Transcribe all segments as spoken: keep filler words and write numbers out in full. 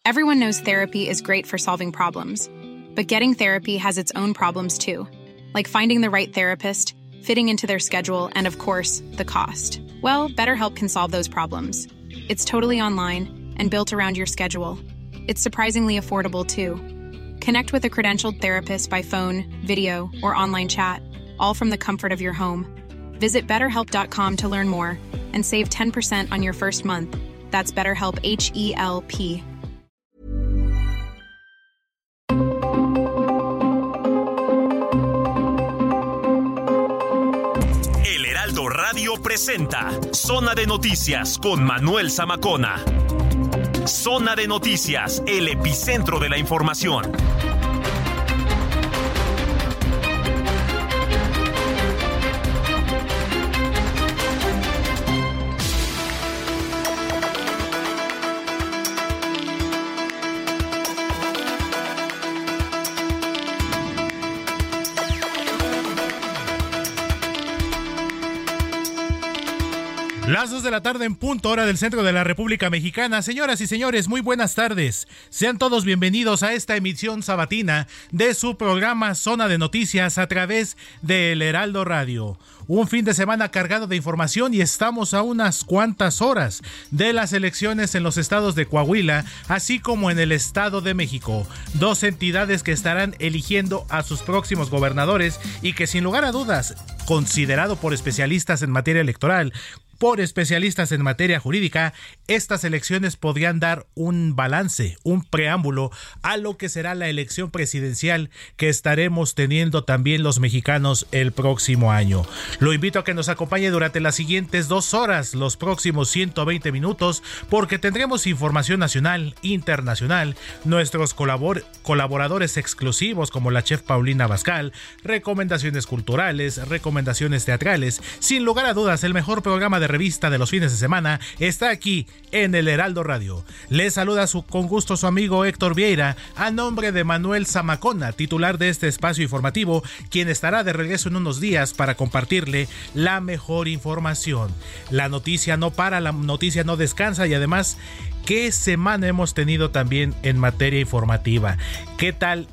Everyone knows therapy is great for solving problems, but getting therapy has its own problems too, like finding the right therapist, fitting into their schedule, and of course, the cost. Well, BetterHelp can solve those problems. It's totally online and built around your schedule. It's surprisingly affordable too. Connect with a credentialed therapist by phone, video, or online chat, all from the comfort of your home. Visit better help dot com to learn more and save ten percent on your first month. That's BetterHelp, H E L P. El Heraldo Radio presenta Zona de Noticias con Manuel Zamacona. Zona de Noticias, el epicentro de la información. Las dos de la tarde en punto, hora del centro de la República Mexicana. Señoras y señores, muy buenas tardes. Sean todos bienvenidos a esta emisión sabatina de su programa Zona de Noticias a través de El Heraldo Radio. Un fin de semana cargado de información y estamos a unas cuantas horas de las elecciones en los estados de Coahuila, así como en el Estado de México. Dos entidades que estarán eligiendo a sus próximos gobernadores y que sin lugar a dudas, considerado por especialistas en materia electoral, por especialistas en materia jurídica, estas elecciones podrían dar un balance, un preámbulo a lo que será la elección presidencial que estaremos teniendo también los mexicanos el próximo año. Lo invito a que nos acompañe durante las siguientes dos horas, los próximos ciento veinte minutos, porque tendremos información nacional, internacional, nuestros colabor- colaboradores exclusivos como la chef Paulina Bascal, recomendaciones culturales, recomendaciones teatrales. Sin lugar a dudas, el mejor programa de revista de los fines de semana está aquí en el Heraldo Radio. Les saluda su, con gusto su amigo Héctor Vieira, a nombre de Manuel Zamacona, titular de este espacio informativo, quien estará de regreso en unos días para compartirle la mejor información. La noticia no para, la noticia no descansa y además, ¿qué semana hemos tenido también en materia informativa? ¿Qué tal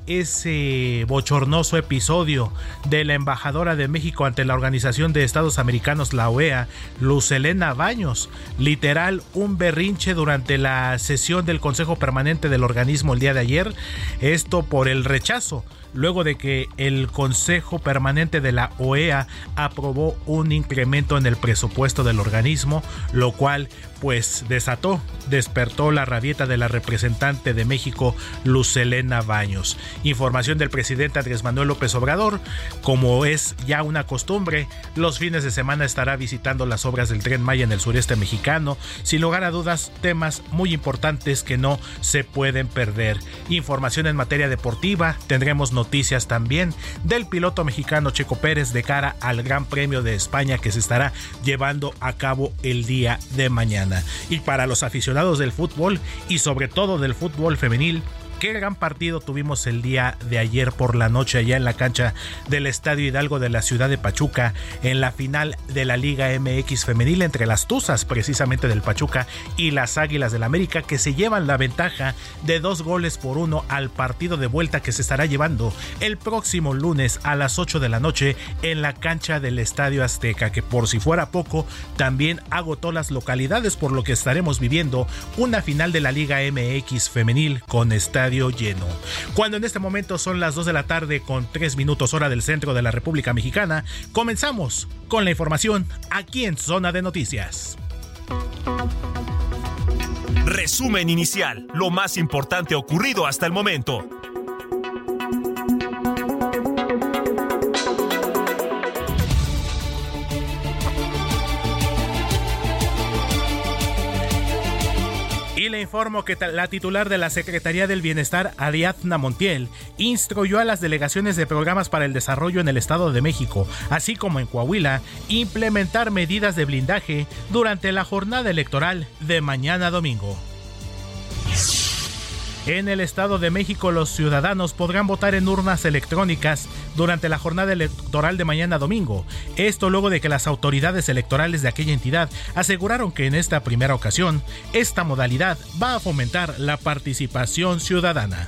ese bochornoso episodio de la embajadora de México ante la Organización de Estados Americanos, la O E A, Luz Helena Baños? Literal, un berrinche durante la sesión del Consejo Permanente del organismo el día de ayer. Esto por el rechazo, luego de que el Consejo Permanente de la O E A aprobó un incremento en el presupuesto del organismo, lo cual pues desató, despertó la rabieta de la representante de México, Luz Helena Baños. Información del presidente Andrés Manuel López Obrador: como es ya una costumbre, los fines de semana estará visitando las obras del Tren Maya en el sureste mexicano. Sin lugar a dudas, temas muy importantes que no se pueden perder. Información en materia deportiva, tendremos noticias también del piloto mexicano Checo Pérez de cara al Gran Premio de España que se estará llevando a cabo el día de mañana. Y para los aficionados del fútbol y sobre todo del fútbol femenil, qué gran partido tuvimos el día de ayer por la noche allá en la cancha del Estadio Hidalgo de la ciudad de Pachuca, en la final de la Liga M X femenil entre las Tuzas precisamente del Pachuca y las Águilas del América, que se llevan la ventaja de dos goles por uno al partido de vuelta que se estará llevando el próximo lunes a las ocho de la noche en la cancha del Estadio Azteca, que por si fuera poco también agotó las localidades, por lo que estaremos viviendo una final de la Liga M X femenil con estadio lleno. Cuando en este momento son las dos de la tarde con tres minutos hora del centro de la República Mexicana, comenzamos con la información aquí en Zona de Noticias. Resumen inicial, lo más importante ocurrido hasta el momento. Y le informo que la titular de la Secretaría del Bienestar, Ariadna Montiel, instruyó a las delegaciones de programas para el desarrollo en el Estado de México, así como en Coahuila, implementar medidas de blindaje durante la jornada electoral de mañana domingo. En el Estado de México, los ciudadanos podrán votar en urnas electrónicas durante la jornada electoral de mañana domingo. Esto luego de que las autoridades electorales de aquella entidad aseguraron que en esta primera ocasión, esta modalidad va a fomentar la participación ciudadana.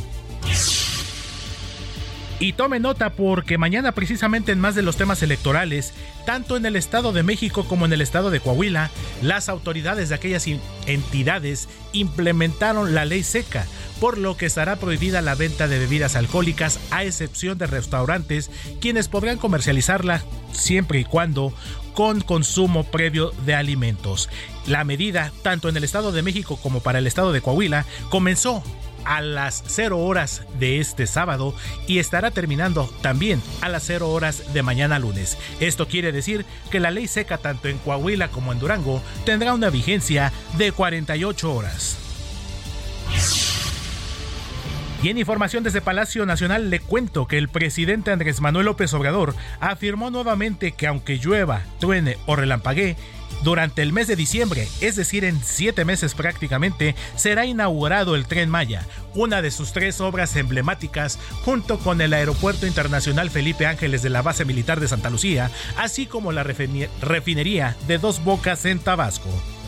Y tome nota porque mañana, precisamente en más de los temas electorales, tanto en el Estado de México como en el Estado de Coahuila, las autoridades de aquellas entidades implementaron la ley seca, por lo que estará prohibida la venta de bebidas alcohólicas a excepción de restaurantes, quienes podrán comercializarla siempre y cuando con consumo previo de alimentos. La medida, tanto en el Estado de México como para el Estado de Coahuila, comenzó a las cero horas de este sábado y estará terminando también a las cero horas de mañana lunes. Esto quiere decir que la ley seca tanto en Coahuila como en Durango tendrá una vigencia de cuarenta y ocho horas. Y en información desde Palacio Nacional le cuento que el presidente Andrés Manuel López Obrador afirmó nuevamente que aunque llueva, truene o relampaguee, durante el mes de diciembre, es decir, en siete meses prácticamente, será inaugurado el Tren Maya, una de sus tres obras emblemáticas, junto con el Aeropuerto Internacional Felipe Ángeles de la Base Militar de Santa Lucía, así como la refinería de Dos Bocas en Tabasco.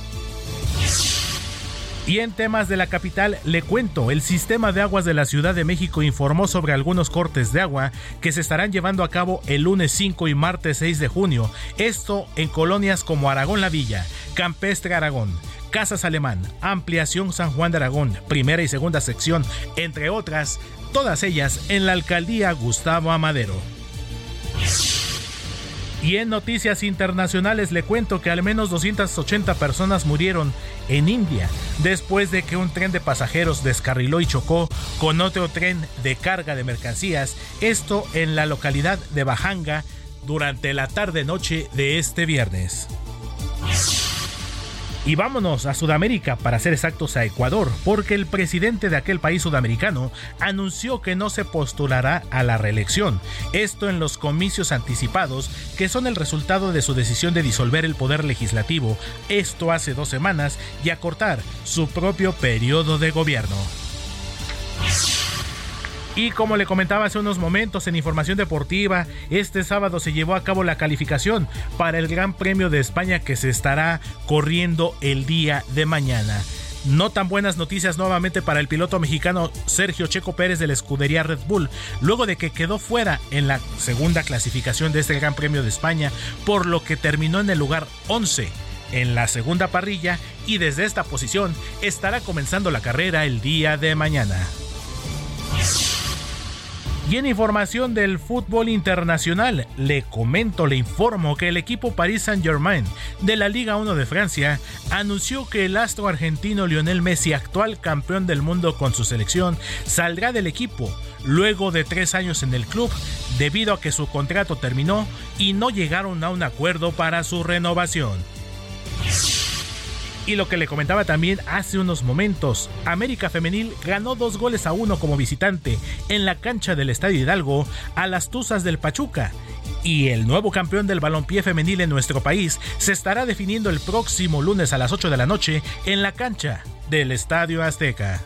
Y en temas de la capital, le cuento, el Sistema de Aguas de la Ciudad de México informó sobre algunos cortes de agua que se estarán llevando a cabo el lunes cinco y martes seis de junio. Esto en colonias como Aragón La Villa, Campestre Aragón, Casas Alemán, Ampliación San Juan de Aragón, primera y segunda sección, entre otras, todas ellas en la alcaldía Gustavo Amadero. Y en noticias internacionales le cuento que al menos doscientas ochenta personas murieron en India después de que un tren de pasajeros descarriló y chocó con otro tren de carga de mercancías, esto en la localidad de Bajanga durante la tarde-noche de este viernes. Y vámonos a Sudamérica, para ser exactos a Ecuador, porque el presidente de aquel país sudamericano anunció que no se postulará a la reelección. Esto en los comicios anticipados, que son el resultado de su decisión de disolver el poder legislativo, esto hace dos semanas, y acortar su propio periodo de gobierno. Y como le comentaba hace unos momentos en información deportiva, este sábado se llevó a cabo la calificación para el Gran Premio de España que se estará corriendo el día de mañana. No tan buenas noticias nuevamente para el piloto mexicano Sergio Checo Pérez de la escudería Red Bull, luego de que quedó fuera en la segunda clasificación de este Gran Premio de España, por lo que terminó en el lugar once en la segunda parrilla y desde esta posición estará comenzando la carrera el día de mañana. Y en información del fútbol internacional, le comento, le informo que el equipo Paris Saint-Germain de la Liga uno de Francia anunció que el astro argentino Lionel Messi, actual campeón del mundo con su selección, saldrá del equipo luego de tres años en el club debido a que su contrato terminó y no llegaron a un acuerdo para su renovación. Y lo que le comentaba también hace unos momentos, América Femenil ganó dos goles a uno como visitante en la cancha del Estadio Hidalgo a las Tuzas del Pachuca. Y el nuevo campeón del balompié femenil en nuestro país se estará definiendo el próximo lunes a las ocho de la noche en la cancha del Estadio Azteca.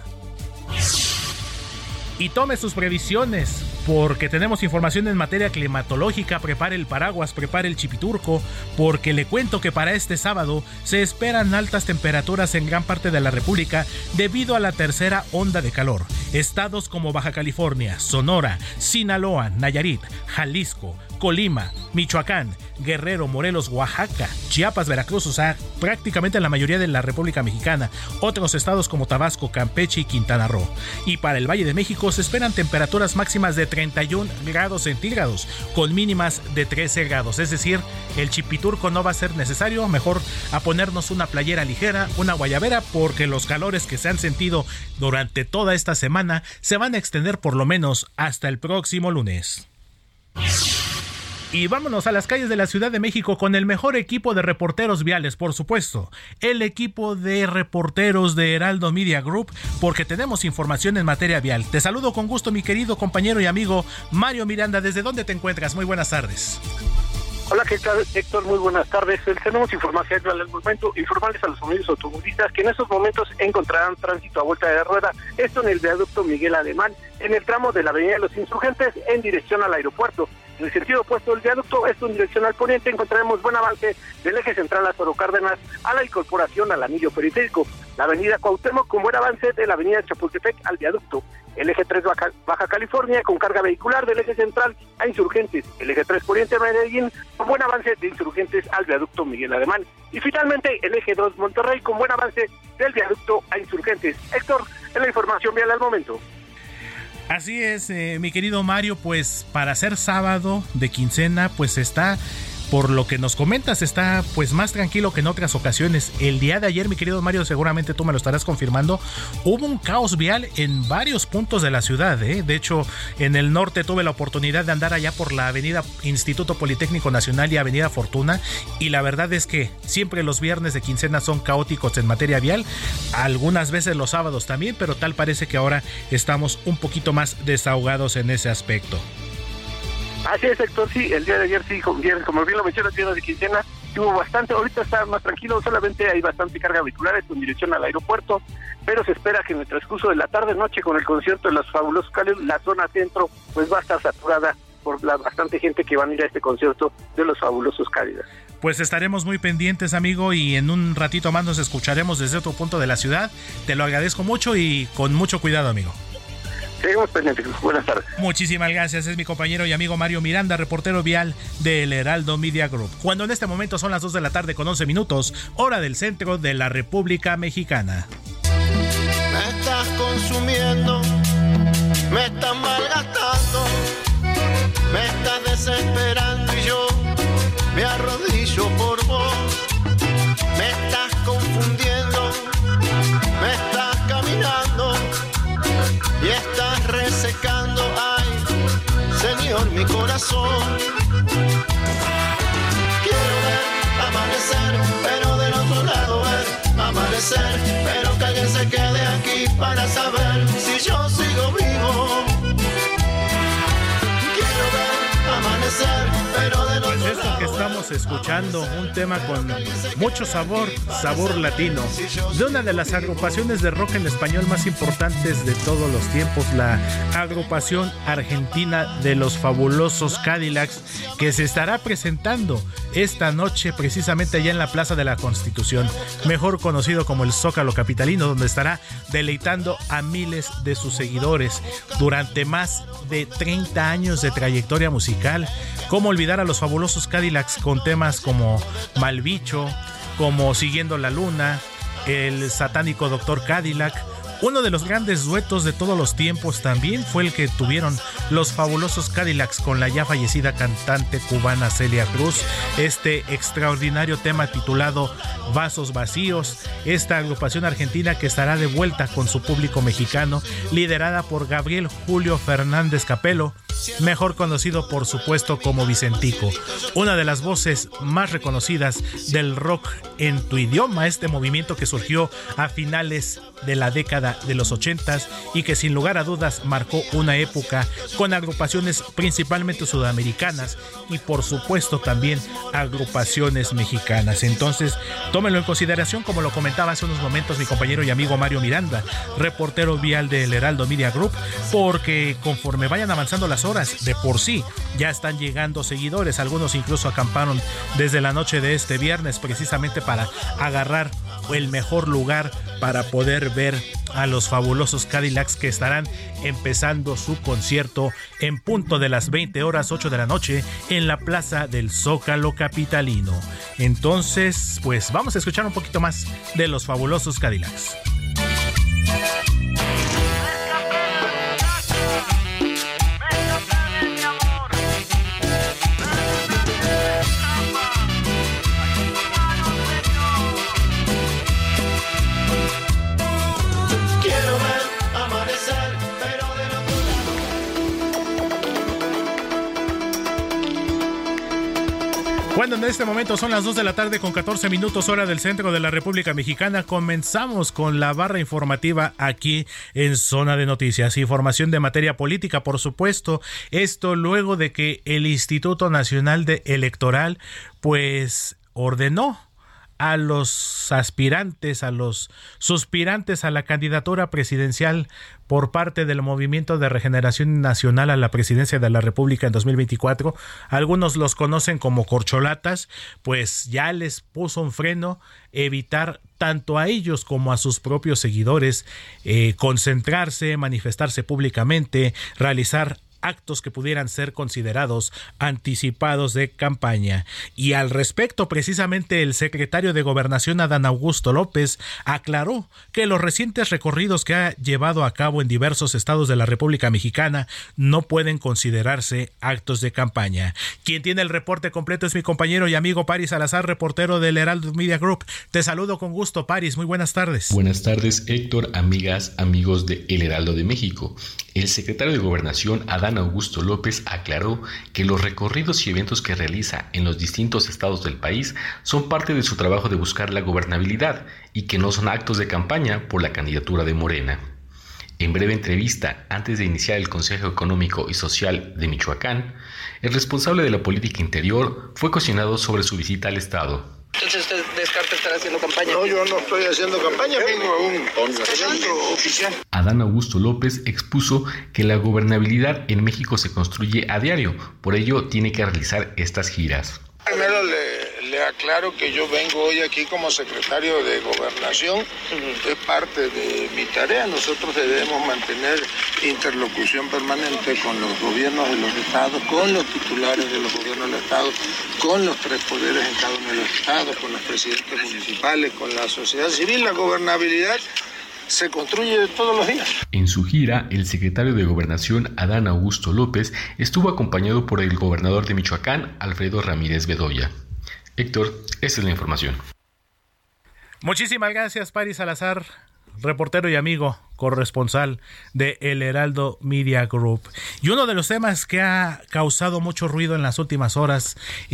Y tome sus previsiones, porque tenemos información en materia climatológica. Prepare el paraguas, prepare el chipiturco, porque le cuento que para este sábado se esperan altas temperaturas en gran parte de la República debido a la tercera onda de calor. Estados como Baja California, Sonora, Sinaloa, Nayarit, Jalisco, Colima, Michoacán, Guerrero, Morelos, Oaxaca, Chiapas, Veracruz, o sea, prácticamente la mayoría de la República Mexicana, otros estados como Tabasco, Campeche y Quintana Roo. Y para el Valle de México se esperan temperaturas máximas de treinta y un grados centígrados, con mínimas de trece grados, es decir, el chipiturco no va a ser necesario, mejor a ponernos una playera ligera, una guayabera, porque los calores que se han sentido durante toda esta semana se van a extender por lo menos hasta el próximo lunes. Y vámonos a las calles de la Ciudad de México con el mejor equipo de reporteros viales, por supuesto, el equipo de reporteros de Heraldo Media Group, porque tenemos información en materia vial. Te saludo con gusto, mi querido compañero y amigo Mario Miranda. ¿Desde dónde te encuentras? Muy buenas tardes. Hola, ¿qué tal, Héctor? Muy buenas tardes. Tenemos información al momento, informarles a los amigos automovilistas que en estos momentos encontrarán tránsito a vuelta de rueda, esto en el viaducto Miguel Alemán, en el tramo de la Avenida de los Insurgentes, en dirección al aeropuerto. En el sentido opuesto del viaducto, esto en dirección al poniente, encontraremos buen avance del eje central Lázaro Cárdenas a la incorporación al anillo periférico. La avenida Cuauhtémoc con buen avance de la avenida Chapultepec al viaducto. El eje tres Baja, Baja California con carga vehicular del eje central a Insurgentes. El eje tres Poniente Medellín con buen avance de Insurgentes al viaducto Miguel Alemán. Y finalmente el eje dos Monterrey con buen avance del viaducto a Insurgentes. Héctor, en la información vial al momento. Así es, eh, mi querido Mario, pues para ser sábado de quincena, pues está, por lo que nos comentas, está pues más tranquilo que en otras ocasiones. El día de ayer, mi querido Mario, seguramente tú me lo estarás confirmando, hubo un caos vial en varios puntos de la ciudad, ¿eh? De hecho, en el norte tuve la oportunidad de andar allá por la avenida Instituto Politécnico Nacional y avenida Fortuna, y la verdad es que siempre los viernes de quincena son caóticos en materia vial, algunas veces los sábados también, pero tal parece que ahora estamos un poquito más desahogados en ese aspecto. Así es, Héctor, sí, el día de ayer sí, como bien lo mencionas, viernes de quincena, hubo bastante, ahorita está más tranquilo, solamente hay bastante carga vehicular en dirección al aeropuerto, pero se espera que en el transcurso de la tarde-noche con el concierto de los Fabulosos Cálidos, la zona centro pues va a estar saturada por la bastante gente que van a ir a este concierto de los Fabulosos Cálidos. Pues estaremos muy pendientes, amigo, y en un ratito más nos escucharemos desde otro punto de la ciudad. Te lo agradezco mucho y con mucho cuidado, amigo. Seguimos pendientes. Buenas tardes. Muchísimas gracias. Es mi compañero y amigo Mario Miranda, reportero vial del Heraldo Media Group. Cuando en este momento son las dos de la tarde con once minutos, hora del centro de la República Mexicana. Me estás consumiendo, me estás malgastando, me estás desesperando y yo me arrodillo por vos. Me estás confundiendo, me estás caminando y estás resecando, ay, Señor, mi corazón. Quiero ver amanecer, pero del otro lado ver amanecer, pero que alguien se quede aquí para saber si yo sigo vivo. Quiero ver amanecer, pero del otro lado. Pues esto que estamos escuchando, un tema con mucho sabor, sabor latino, de una de las agrupaciones de rock en español más importantes de todos los tiempos, la agrupación argentina de los Fabulosos Cadillacs, que se estará presentando esta noche precisamente allá en la Plaza de la Constitución, mejor conocido como el Zócalo capitalino, donde estará deleitando a miles de sus seguidores durante más de treinta años de trayectoria musical. ¿Cómo olvidar a los Fabulosos Cadillacs con temas como Malbicho, como Siguiendo la Luna, el satánico Doctor Cadillac? Uno de los grandes duetos de todos los tiempos también fue el que tuvieron los Fabulosos Cadillacs con la ya fallecida cantante cubana Celia Cruz. Este extraordinario tema titulado Vasos Vacíos, esta agrupación argentina que estará de vuelta con su público mexicano, liderada por Gabriel Julio Fernández Capelo, mejor conocido por supuesto como Vicentico, una de las voces más reconocidas del rock en tu idioma, este movimiento que surgió a finales de la década de los ochentas y que sin lugar a dudas marcó una época con agrupaciones principalmente sudamericanas y por supuesto también agrupaciones mexicanas. Entonces tómenlo en consideración, como lo comentaba hace unos momentos mi compañero y amigo Mario Miranda, reportero vial del Heraldo Media Group, porque conforme vayan avanzando las horas, de por sí ya están llegando seguidores, algunos incluso acamparon desde la noche de este viernes precisamente para agarrar el mejor lugar para poder ver a los Fabulosos Cadillacs, que estarán empezando su concierto en punto de las veinte horas, ocho de la noche, en la Plaza del Zócalo capitalino. Entonces, pues vamos a escuchar un poquito más de los Fabulosos Cadillacs. Bueno, en este momento son las dos de la tarde con catorce minutos hora del centro de la República Mexicana. Comenzamos con la barra informativa aquí en Zona de Noticias. Información de materia política, por supuesto. Esto luego de que el Instituto Nacional de Electoral pues ordenó a los aspirantes, a los suspirantes a la candidatura presidencial por parte del Movimiento de Regeneración Nacional a la presidencia de la República en dos mil veinticuatro. Algunos los conocen como corcholatas, pues ya les puso un freno, evitar tanto a ellos como a sus propios seguidores eh, concentrarse, manifestarse públicamente, realizar actos que pudieran ser considerados anticipados de campaña. Y al respecto, precisamente el secretario de Gobernación, Adán Augusto López, aclaró que los recientes recorridos que ha llevado a cabo en diversos estados de la República Mexicana no pueden considerarse actos de campaña. Quien tiene el reporte completo es mi compañero y amigo Paris Salazar, reportero del Heraldo Media Group. Te saludo con gusto, Paris. Muy buenas tardes. Buenas tardes, Héctor, amigas, amigos de El Heraldo de México. El secretario de Gobernación, Adán Augusto López, aclaró que los recorridos y eventos que realiza en los distintos estados del país son parte de su trabajo de buscar la gobernabilidad y que no son actos de campaña por la candidatura de Morena. En breve entrevista, antes de iniciar el Consejo Económico y Social de Michoacán, el responsable de la política interior fue cuestionado sobre su visita al estado. Entonces usted descarta estar haciendo campaña. No, yo no estoy haciendo campaña, vengo a un evento oficial. Adán Augusto López expuso que la gobernabilidad en México se construye a diario, por ello tiene que realizar estas giras. Primero le, le aclaro que yo vengo hoy aquí como secretario de Gobernación, uh-huh. Es parte de mi tarea. Nosotros debemos mantener interlocución permanente con los gobiernos de los estados, con los titulares de los gobiernos de los estados, con los tres poderes en cada uno de los estados, con los presidentes municipales, con la sociedad civil. La gobernabilidad se construye todos los días. En su gira, el secretario de Gobernación, Adán Augusto López, estuvo acompañado por el gobernador de Michoacán, Alfredo Ramírez Bedoya. Héctor, esta es la información. Muchísimas gracias, Paris Salazar, reportero y amigo corresponsal de El Heraldo Media Group. Y uno de los temas que ha causado mucho ruido en las últimas horas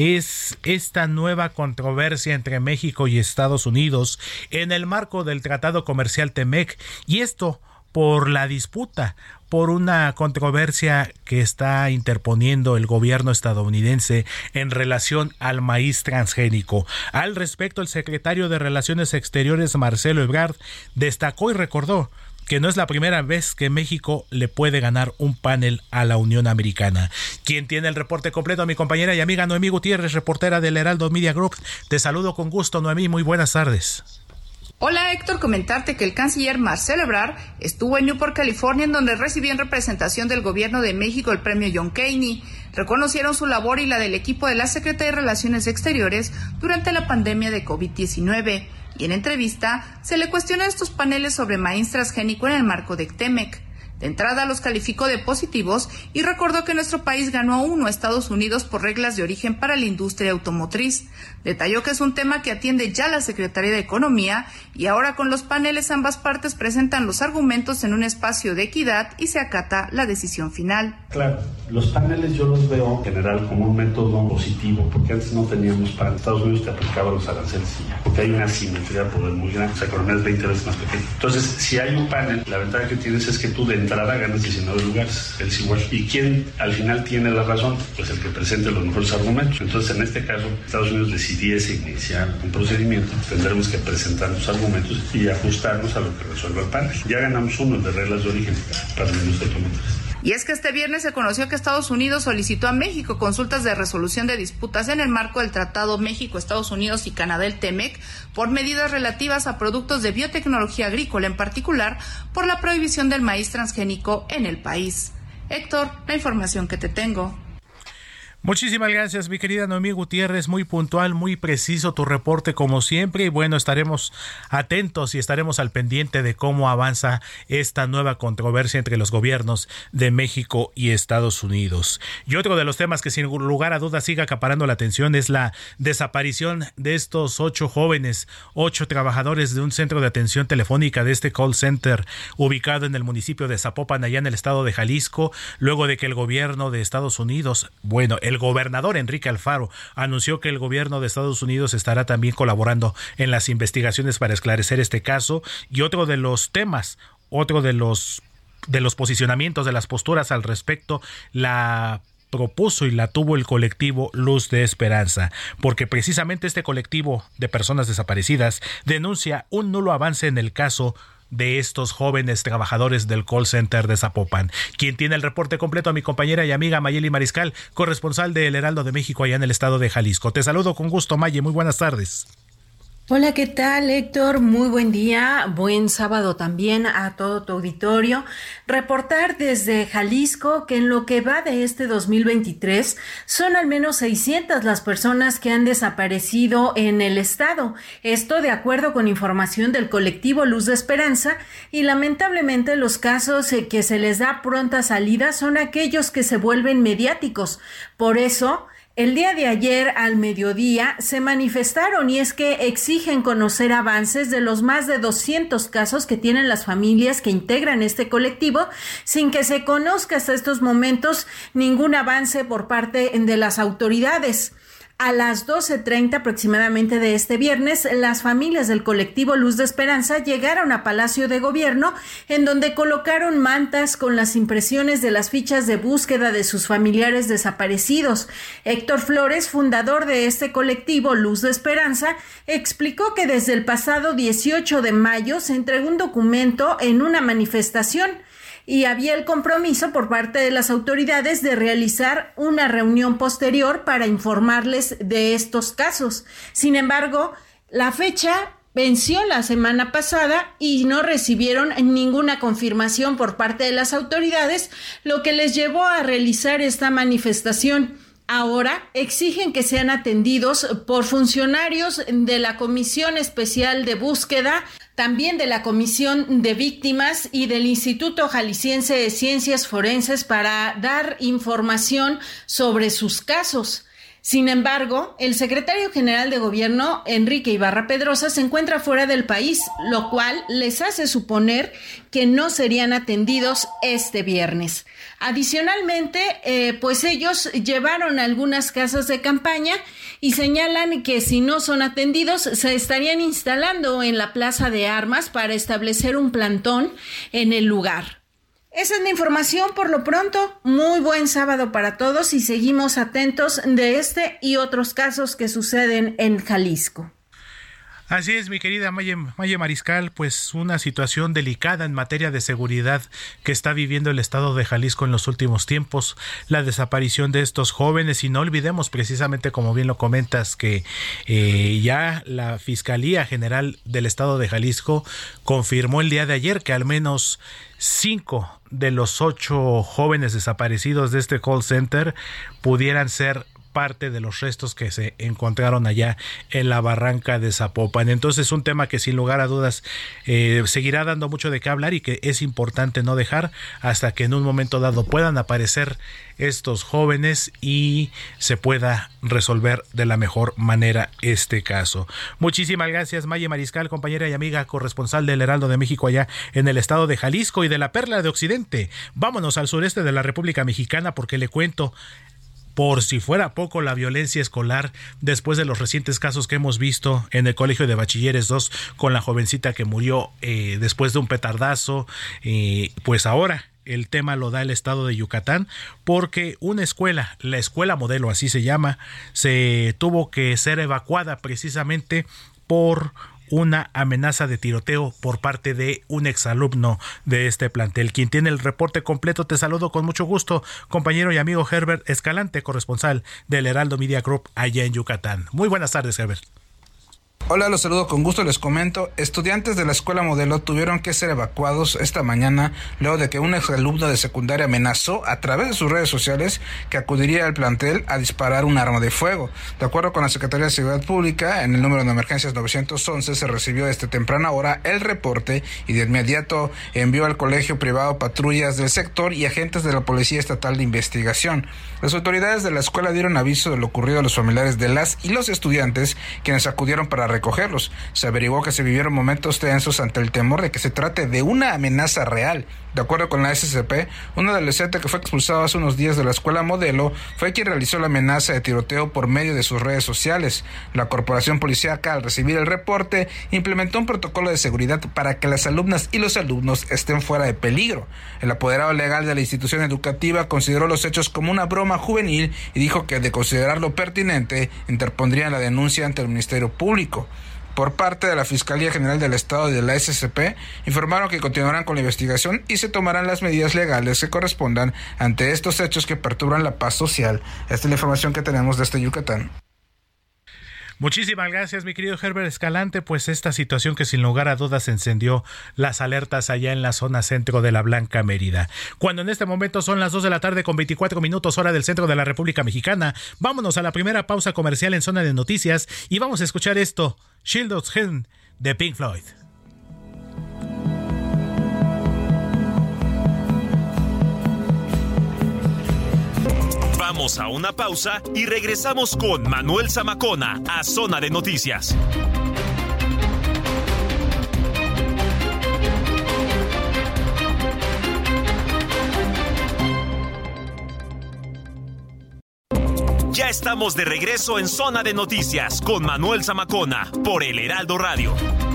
es esta nueva controversia entre México y Estados Unidos en el marco del Tratado Comercial TEMEC, y esto por la disputa, por una controversia que está interponiendo el gobierno estadounidense en relación al maíz transgénico. Al respecto, el secretario de Relaciones Exteriores, Marcelo Ebrard, destacó y recordó que no es la primera vez que México le puede ganar un panel a la Unión Americana. Quien tiene el reporte completo, mi compañera y amiga Noemí Gutiérrez, reportera del Heraldo Media Group. Te saludo con gusto, Noemí, muy buenas tardes. Hola Héctor, comentarte que el canciller Marcelo Ebrard estuvo en Newport, California, en donde recibió en representación del gobierno de México el premio John Caney. Reconocieron su labor y la del equipo de la Secretaría de Relaciones Exteriores durante la pandemia de covid diecinueve. Y en entrevista se le cuestionó estos paneles sobre maíz transgénico en el marco de TEMEC. De entrada los calificó de positivos y recordó que nuestro país ganó uno a Estados Unidos por reglas de origen para la industria automotriz. Detalló que es un tema que atiende ya la Secretaría de Economía y ahora con los paneles ambas partes presentan los argumentos en un espacio de equidad y se acata la decisión final. Claro, los paneles yo los veo en general como un método positivo, porque antes no teníamos paneles. Estados Unidos te aplicaba los aranceles y ya, porque hay una asimetría de poder muy grande, la economía es veinte veces más pequeña. Entonces, si hay un panel, la ventaja que tienes es que tú de entrada ganas diecinueve lugares, es igual. ¿Y quién al final tiene la razón? Pues el que presente los mejores argumentos. Entonces, en este caso, Estados Unidos decidiese iniciar un procedimiento, tendremos que presentar los argumentos y ajustarnos a lo que resuelva el panel. Ya ganamos uno de reglas de origen para la industria automotriz. Y es que este viernes se conoció que Estados Unidos solicitó a México consultas de resolución de disputas en el marco del Tratado México, Estados Unidos y Canadá, el TEMEC, por medidas relativas a productos de biotecnología agrícola, en particular por la prohibición del maíz transgénico en el país. Héctor, la información que te tengo. Muchísimas gracias, mi querida Noemí Gutiérrez, muy puntual, muy preciso tu reporte como siempre, y bueno, estaremos atentos y estaremos al pendiente de cómo avanza esta nueva controversia entre los gobiernos de México y Estados Unidos. Y otro de los temas que sin lugar a dudas sigue acaparando la atención es la desaparición de estos ocho jóvenes, ocho trabajadores de un centro de atención telefónica, de este call center ubicado en el municipio de Zapopan, allá en el estado de Jalisco, luego de que el gobierno de Estados Unidos, bueno, el el gobernador Enrique Alfaro anunció que el gobierno de Estados Unidos estará también colaborando en las investigaciones para esclarecer este caso. Y otro de los temas, otro de los de los posicionamientos, de las posturas al respecto, la propuso y la tuvo el colectivo Luz de Esperanza, porque precisamente este colectivo de personas desaparecidas denuncia un nulo avance en el caso de estos jóvenes trabajadores del call center de Zapopan. Quien tiene el reporte completo, a mi compañera y amiga Mayeli Mariscal, corresponsal de El Heraldo de México allá en el estado de Jalisco. Te saludo con gusto, Maye, muy buenas tardes. Hola, ¿qué tal, Héctor? Muy buen día, buen sábado también a todo tu auditorio. Reportar desde Jalisco que en lo que va de este dos mil veintitrés son al menos seiscientas las personas que han desaparecido en el estado. Esto de acuerdo con información del colectivo Luz de Esperanza, y lamentablemente los casos que se les da pronta salida son aquellos que se vuelven mediáticos. Por eso, el día de ayer al mediodía se manifestaron, y es que exigen conocer avances de los más de doscientos casos que tienen las familias que integran este colectivo, sin que se conozca hasta estos momentos ningún avance por parte de las autoridades. A las doce treinta aproximadamente de este viernes, las familias del colectivo Luz de Esperanza llegaron a Palacio de Gobierno, en donde colocaron mantas con las impresiones de las fichas de búsqueda de sus familiares desaparecidos. Héctor Flores, fundador de este colectivo Luz de Esperanza, explicó que desde el pasado dieciocho de mayo se entregó un documento en una manifestación, y había el compromiso por parte de las autoridades de realizar una reunión posterior para informarles de estos casos. Sin embargo, la fecha venció la semana pasada y no recibieron ninguna confirmación por parte de las autoridades, lo que les llevó a realizar esta manifestación. Ahora exigen que sean atendidos por funcionarios de la Comisión Especial de Búsqueda, también de la Comisión de Víctimas y del Instituto Jalisciense de Ciencias Forenses, para dar información sobre sus casos. Sin embargo, el secretario general de Gobierno, Enrique Ibarra Pedrosa, se encuentra fuera del país, lo cual les hace suponer que no serían atendidos este viernes. Adicionalmente, eh, pues ellos llevaron algunas casas de campaña y señalan que si no son atendidos, se estarían instalando en la Plaza de Armas para establecer un plantón en el lugar. Esa es la información por lo pronto. Muy buen sábado para todos y seguimos atentos de este y otros casos que suceden en Jalisco. Así es, mi querida Maye, Maye Mariscal, pues una situación delicada en materia de seguridad que está viviendo el estado de Jalisco en los últimos tiempos, la desaparición de estos jóvenes, y no olvidemos precisamente, como bien lo comentas, que eh, ya la Fiscalía General del estado de Jalisco confirmó el día de ayer que al menos cinco de los ocho jóvenes desaparecidos de este call center pudieran ser parte de los restos que se encontraron allá en la barranca de Zapopan. Entonces, un tema que sin lugar a dudas eh, seguirá dando mucho de qué hablar y que es importante no dejar hasta que en un momento dado puedan aparecer estos jóvenes y se pueda resolver de la mejor manera este caso. Muchísimas gracias, Maye Mariscal, compañera y amiga corresponsal del Heraldo de México allá en el estado de Jalisco y de la Perla de Occidente. Vámonos al sureste de la República Mexicana, porque le cuento, por si fuera poco, la violencia escolar después de los recientes casos que hemos visto en el Colegio de Bachilleres dos con la jovencita que murió eh, después de un petardazo, eh, pues ahora el tema lo da el estado de Yucatán, porque una escuela, la escuela modelo, así se llama, se tuvo que ser evacuada precisamente por una amenaza de tiroteo por parte de un exalumno de este plantel. Quien tiene el reporte completo, te saludo con mucho gusto, compañero y amigo Herbert Escalante, corresponsal del Heraldo Media Group allá en Yucatán. Muy buenas tardes, Herbert. Hola, los saludo con gusto. Les comento, estudiantes de la escuela modelo tuvieron que ser evacuados esta mañana luego de que un exalumno de secundaria amenazó a través de sus redes sociales que acudiría al plantel a disparar un arma de fuego. De acuerdo con la Secretaría de Seguridad Pública, en el número de emergencias novecientos once se recibió desde temprana hora el reporte y de inmediato envió al colegio privado patrullas del sector y agentes de la Policía Estatal de Investigación. Las autoridades de la escuela dieron aviso de lo ocurrido a los familiares de las y los estudiantes, quienes acudieron para recogerlos. Se averiguó que se vivieron momentos tensos ante el temor de que se trate de una amenaza real. De acuerdo con la S C P, un adolescente que fue expulsado hace unos días de la escuela modelo fue quien realizó la amenaza de tiroteo por medio de sus redes sociales. La corporación policíaca, al recibir el reporte, implementó un protocolo de seguridad para que las alumnas y los alumnos estén fuera de peligro. El apoderado legal de la institución educativa consideró los hechos como una broma juvenil y dijo que, de considerarlo pertinente, interpondrían la denuncia ante el Ministerio Público. Por parte de la Fiscalía General del Estado y de la S C P, informaron que continuarán con la investigación y se tomarán las medidas legales que correspondan ante estos hechos que perturban la paz social. Esta es la información que tenemos desde Yucatán. Muchísimas gracias, mi querido Herbert Escalante. Pues esta situación que sin lugar a dudas encendió las alertas allá en la zona centro de la Blanca Mérida. Cuando en este momento son las dos de la tarde con veinticuatro minutos hora del centro de la República Mexicana, vámonos a la primera pausa comercial en Zona de Noticias y vamos a escuchar esto, Children's Hymn de Pink Floyd. Vamos a una pausa y regresamos con Manuel Zamacona a Zona de Noticias. Ya estamos de regreso en Zona de Noticias con Manuel Zamacona por El Heraldo Radio.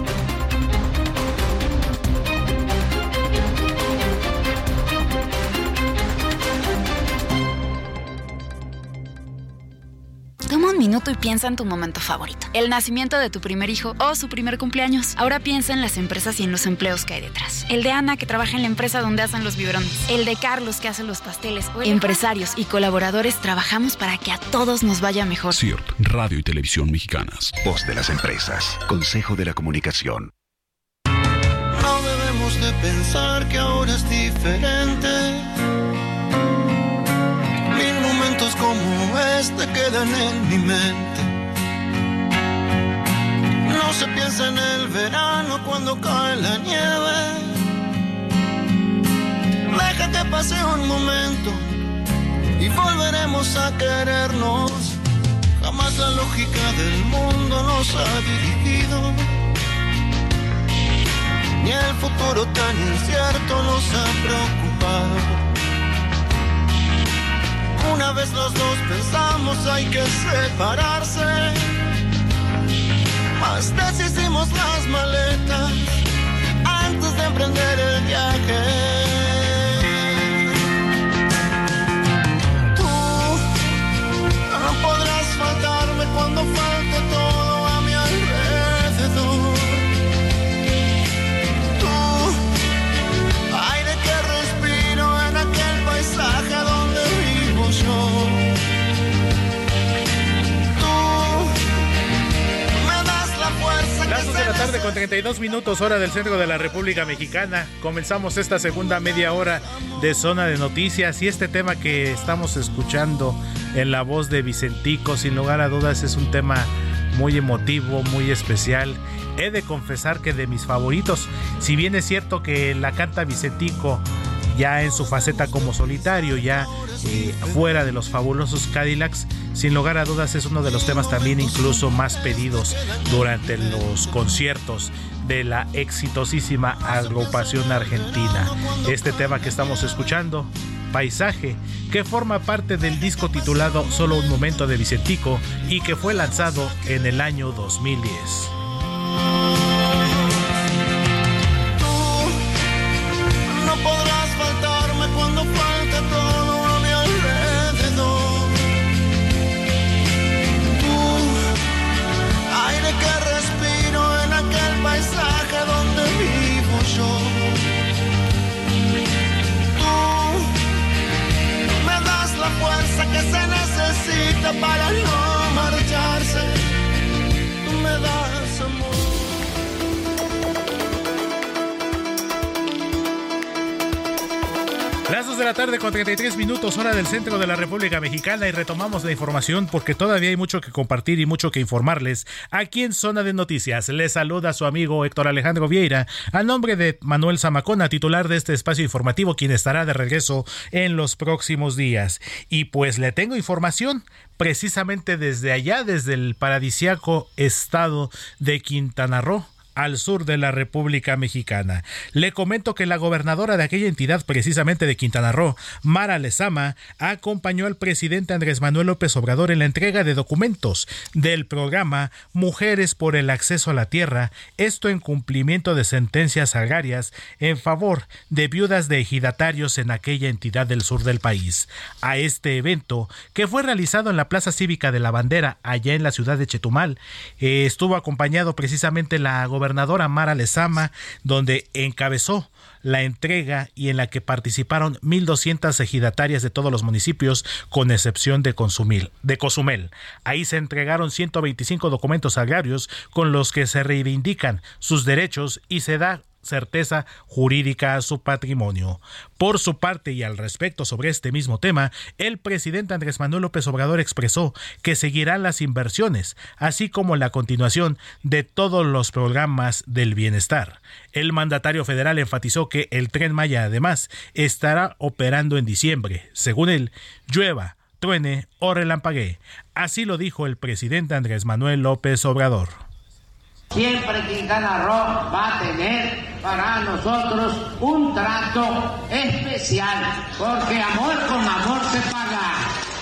Toma un minuto y piensa en tu momento favorito. El nacimiento de tu primer hijo o su primer cumpleaños. Ahora piensa en las empresas y en los empleos que hay detrás. El de Ana, que trabaja en la empresa donde hacen los biberones. El de Carlos, que hace los pasteles. Empresarios y colaboradores trabajamos para que a todos nos vaya mejor. C I R T, Radio y Televisión Mexicanas. Voz de las empresas. Consejo de la Comunicación. No debemos de pensar que ahora es diferente. Mil momentos como este quedan en mi mente. No se piensa en el verano cuando cae la nieve. Deja que pase un momento y volveremos a querernos. Jamás la lógica del mundo nos ha dividido, ni el futuro tan incierto nos ha preocupado. Una vez los dos pensamos hay que separarse, mas deshicimos las maletas antes de emprender el viaje. Tú no podrás faltarme cuando falte todo a mi alrededor. Tú, aire que respiro en aquel paisaje donde yo. Tú me das la fuerza. Las dos de la tarde con treinta y dos minutos hora del centro de la República Mexicana. Comenzamos esta segunda media hora de Zona de Noticias y este tema que estamos escuchando en la voz de Vicentico, sin lugar a dudas es un tema muy emotivo, muy especial. He de confesar que de mis favoritos, si bien es cierto que la canta Vicentico ya en su faceta como solitario, ya eh, fuera de los fabulosos Cadillacs, sin lugar a dudas es uno de los temas también incluso más pedidos durante los conciertos de la exitosísima agrupación argentina. Este tema que estamos escuchando, Paisaje, que forma parte del disco titulado Solo un momento de Vicentico y que fue lanzado en el año dos mil diez. Cuando falte todo a mi alrededor. Tú, aire que respiro en aquel paisaje donde vivo yo. Tú me das la fuerza que se necesita para no marcharse. Tú me das amor. Las dos de la tarde con treinta y tres minutos, hora del centro de la República Mexicana, y retomamos la información porque todavía hay mucho que compartir y mucho que informarles aquí en Zona de Noticias. Les saluda su amigo Héctor Alejandro Vieira, a nombre de Manuel Zamacona, titular de este espacio informativo, quien estará de regreso en los próximos días. Y pues le tengo información precisamente desde allá, desde el paradisíaco estado de Quintana Roo, al sur de la República Mexicana. Le comento que la gobernadora de aquella entidad, precisamente de Quintana Roo, Mara Lezama, acompañó al presidente Andrés Manuel López Obrador en la entrega de documentos del programa Mujeres por el Acceso a la Tierra, esto en cumplimiento de sentencias agrarias en favor de viudas de ejidatarios en aquella entidad del sur del país. A este evento, que fue realizado en la Plaza Cívica de la Bandera, allá en la ciudad de Chetumal, eh, estuvo acompañado precisamente la gobernadora gobernadora Mara Lezama, donde encabezó la entrega y en la que participaron mil doscientas ejidatarias de todos los municipios, con excepción de, Consumil, de Cozumel. Ahí se entregaron ciento veinticinco documentos agrarios con los que se reivindican sus derechos y se da certeza jurídica a su patrimonio. Por su parte, y al respecto sobre este mismo tema, el presidente Andrés Manuel López Obrador expresó que seguirán las inversiones, así como la continuación de todos los programas del bienestar. El mandatario federal enfatizó que el Tren Maya además estará operando en diciembre, según él, llueva, truene o relampaguee. Así lo dijo el presidente Andrés Manuel López Obrador. Siempre Quintana Roo va a tener para nosotros un trato especial, porque amor con amor se paga.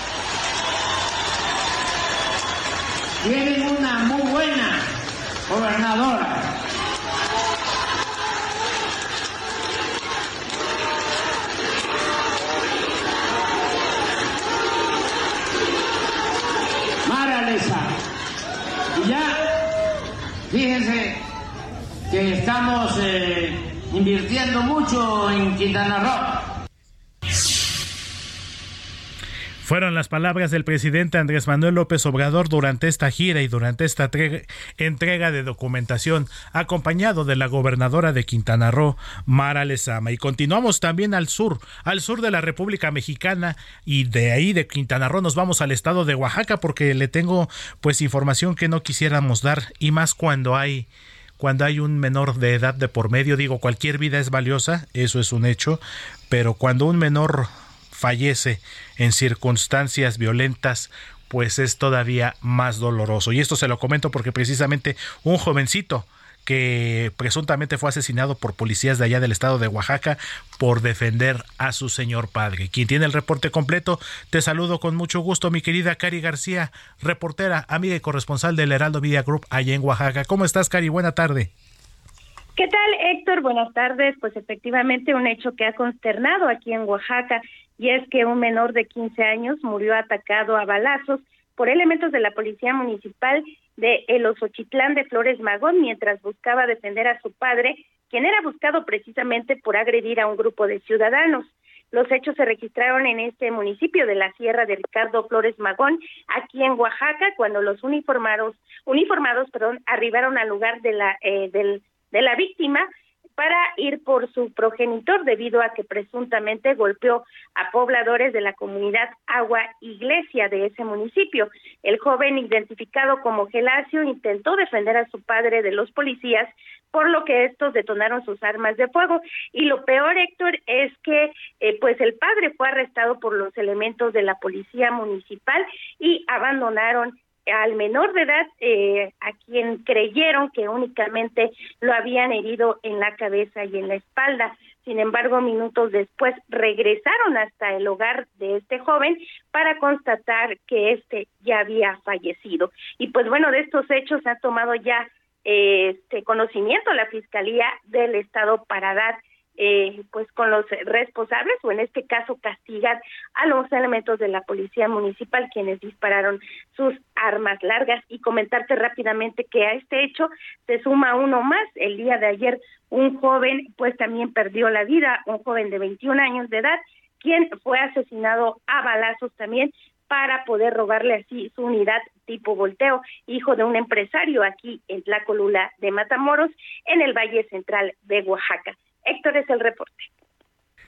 Tienen una muy buena gobernadora. Mara Lezama. Y ya fíjense que estamos eh, invirtiendo mucho en Quintana Roo. Fueron las palabras del presidente Andrés Manuel López Obrador durante esta gira y durante esta tre- entrega de documentación, acompañado de la gobernadora de Quintana Roo, Mara Lezama. Y continuamos también al sur, al sur de la República Mexicana, y de ahí de Quintana Roo nos vamos al estado de Oaxaca, porque le tengo pues información que no quisiéramos dar, y más cuando hay cuando hay un menor de edad de por medio. Digo, cualquier vida es valiosa, eso es un hecho, pero cuando un menor fallece en circunstancias violentas, pues es todavía más doloroso. Y esto se lo comento porque precisamente un jovencito que presuntamente fue asesinado por policías de allá del estado de Oaxaca por defender a su señor padre. Quien tiene el reporte completo, te saludo con mucho gusto, mi querida Cari García, reportera, amiga y corresponsal del Heraldo Media Group allá en Oaxaca. ¿Cómo estás, Cari? Buena tarde. ¿Qué tal, Héctor? Buenas tardes. Pues efectivamente un hecho que ha consternado aquí en Oaxaca, y es que un menor de quince años murió atacado a balazos por elementos de la Policía Municipal de El Osochitlán de Flores Magón mientras buscaba defender a su padre, quien era buscado precisamente por agredir a un grupo de ciudadanos. Los hechos se registraron en este municipio de la Sierra de Ricardo Flores Magón, aquí en Oaxaca, cuando los uniformados, uniformados, perdón, arribaron al lugar de la eh, del de la víctima para ir por su progenitor, debido a que presuntamente golpeó a pobladores de la comunidad Agua Iglesia de ese municipio. El joven, identificado como Gelacio, intentó defender a su padre de los policías, por lo que estos detonaron sus armas de fuego. Y lo peor, Héctor, es que eh, pues el padre fue arrestado por los elementos de la policía municipal y abandonaron al menor de edad, eh, a quien creyeron que únicamente lo habían herido en la cabeza y en la espalda. Sin embargo, minutos después regresaron hasta el hogar de este joven para constatar que este ya había fallecido. Y pues bueno, de estos hechos ha tomado ya eh, este conocimiento la Fiscalía del Estado para dar Eh, pues con los responsables, o en este caso castigar a los elementos de la policía municipal quienes dispararon sus armas largas. Y comentarte rápidamente que a este hecho se suma uno más. El día de ayer un joven pues también perdió la vida, un joven de veintiún años de edad, quien fue asesinado a balazos también para poder robarle así su unidad tipo volteo, hijo de un empresario aquí en Tlacolula de Matamoros, en el Valle Central de Oaxaca. Héctor, es el reporte.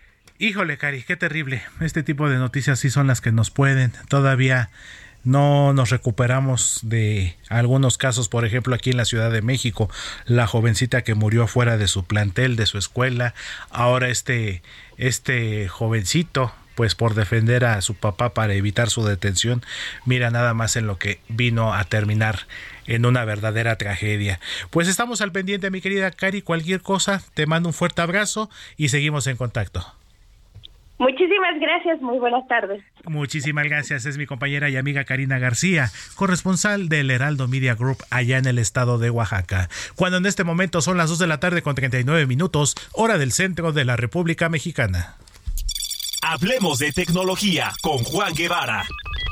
Híjole, Cari, qué terrible. Este tipo de noticias sí son las que nos pueden. Todavía no nos recuperamos de algunos casos, por ejemplo, aquí en la Ciudad de México, la jovencita que murió fuera de su plantel, de su escuela. Ahora este, este jovencito, pues por defender a su papá para evitar su detención, mira nada más en lo que vino a terminar en una verdadera tragedia. Pues estamos al pendiente, mi querida Cari. Cualquier cosa, te mando un fuerte abrazo y seguimos en contacto. Muchísimas gracias, muy buenas tardes. Muchísimas gracias, es mi compañera y amiga Karina García, corresponsal del Heraldo Media Group allá en el estado de Oaxaca. Cuando en este momento son las dos de la tarde con treinta y nueve minutos, hora del centro de la República Mexicana. Hablemos de tecnología con Juan Guevara.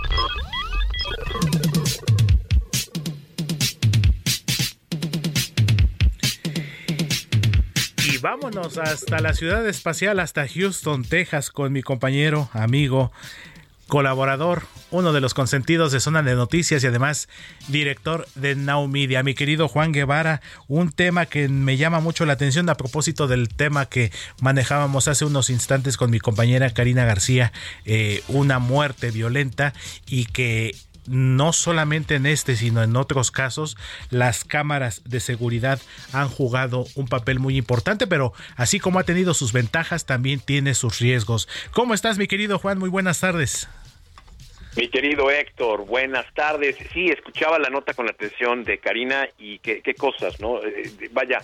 Y vámonos hasta la ciudad espacial, hasta Houston, Texas, con mi compañero, amigo, colaborador, uno de los consentidos de Zona de Noticias y además director de Now Media, mi querido Juan Guevara. Un tema que me llama mucho la atención a propósito del tema que manejábamos hace unos instantes con mi compañera Karina García, eh, una muerte violenta, y que no solamente en este, sino en otros casos, las cámaras de seguridad han jugado un papel muy importante, pero así como ha tenido sus ventajas, también tiene sus riesgos. ¿Cómo estás, mi querido Juan? Muy buenas tardes. Mi querido Héctor, buenas tardes. Sí, escuchaba la nota con la atención de Karina y qué, qué cosas, ¿no? Eh, vaya,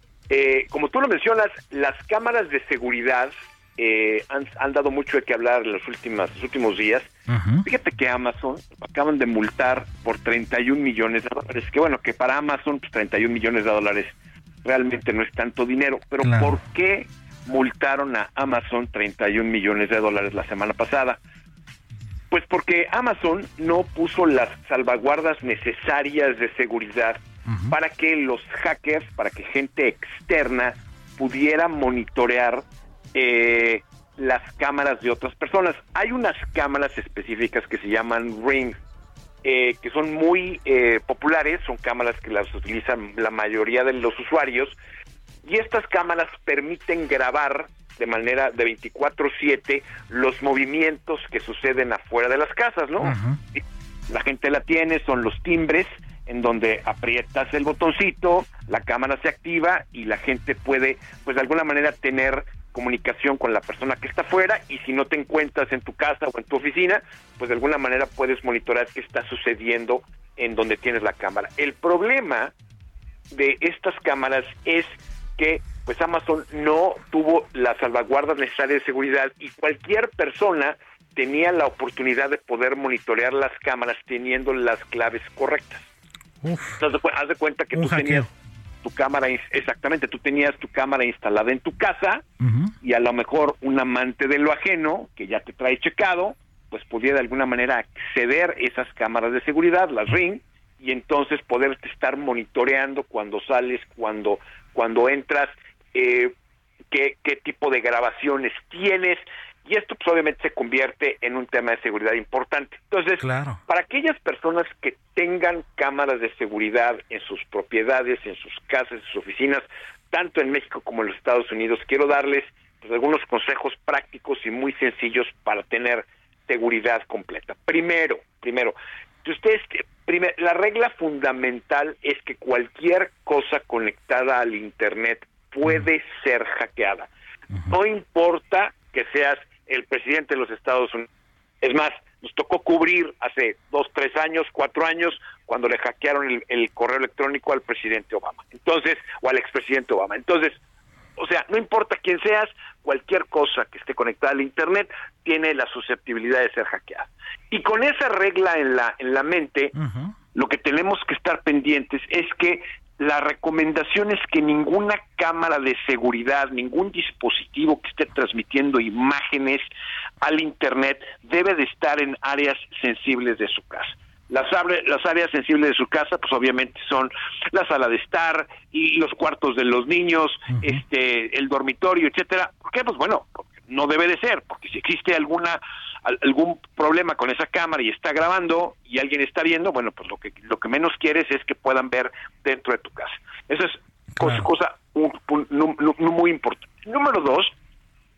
eh, como tú lo mencionas, las cámaras de seguridad eh, han, han dado mucho de qué hablar en los, últimas, los últimos días. Uh-huh. Fíjate que Amazon acaban de multar por treinta y un millones de dólares. Que bueno, que para Amazon pues, treinta y un millones de dólares realmente no es tanto dinero. Pero claro, ¿por qué multaron a Amazon treinta y un millones de dólares la semana pasada? Pues porque Amazon no puso las salvaguardas necesarias de seguridad uh-huh. para que los hackers, para que gente externa pudiera monitorear eh, las cámaras de otras personas. Hay unas cámaras específicas que se llaman Ring, eh, que son muy eh, populares, son cámaras que las utilizan la mayoría de los usuarios, y estas cámaras permiten grabar de manera de veinticuatro siete los movimientos que suceden afuera de las casas, ¿no? Uh-huh. La gente la tiene, son los timbres, en donde aprietas el botoncito, la cámara se activa y la gente puede, pues de alguna manera, tener comunicación con la persona que está afuera, y si no te encuentras en tu casa o en tu oficina, pues de alguna manera puedes monitorear qué está sucediendo en donde tienes la cámara. El problema de estas cámaras es que pues Amazon no tuvo las salvaguardas necesarias de seguridad, y cualquier persona tenía la oportunidad de poder monitorear las cámaras teniendo las claves correctas. Uf. Entonces, haz de cuenta que tú hackeo. tenías tu cámara, exactamente, tú tenías tu cámara instalada en tu casa, uh-huh. y a lo mejor un amante de lo ajeno, que ya te trae checado, pues podía de alguna manera acceder a esas cámaras de seguridad, las Ring, y entonces poder estar monitoreando cuando sales, cuando, cuando entras, eh, qué, qué tipo de grabaciones tienes, y esto pues obviamente se convierte en un tema de seguridad importante. Entonces, claro, para aquellas personas que tengan cámaras de seguridad en sus propiedades, en sus casas, en sus oficinas, tanto en México como en los Estados Unidos, quiero darles pues, algunos consejos prácticos y muy sencillos para tener seguridad completa. Primero, primero, si ustedes, primer, la regla fundamental es que cualquier cosa conectada al Internet puede uh-huh. ser hackeada. Uh-huh. No importa que seas el presidente de los Estados Unidos. Es más, nos tocó cubrir hace dos, tres años, cuatro años, cuando le hackearon el, el correo electrónico al presidente Obama. Entonces, o al expresidente Obama. Entonces, o sea, no importa quién seas, cualquier cosa que esté conectada al Internet tiene la susceptibilidad de ser hackeada. Y con esa regla en la, en la mente, uh-huh. lo que tenemos que estar pendientes es que la recomendación es que ninguna cámara de seguridad, ningún dispositivo que esté transmitiendo imágenes al Internet debe de estar en áreas sensibles de su casa. Las, las áreas sensibles de su casa, pues obviamente son la sala de estar y los cuartos de los niños, uh-huh. este, el dormitorio, etcétera. ¿Por qué? Pues bueno, no debe de ser, porque si existe alguna algún problema con esa cámara y está grabando y alguien está viendo, bueno, pues lo que lo que menos quieres es que puedan ver dentro de tu casa. Eso es claro. cosa, cosa un, un, un, un, muy importante. Número dos,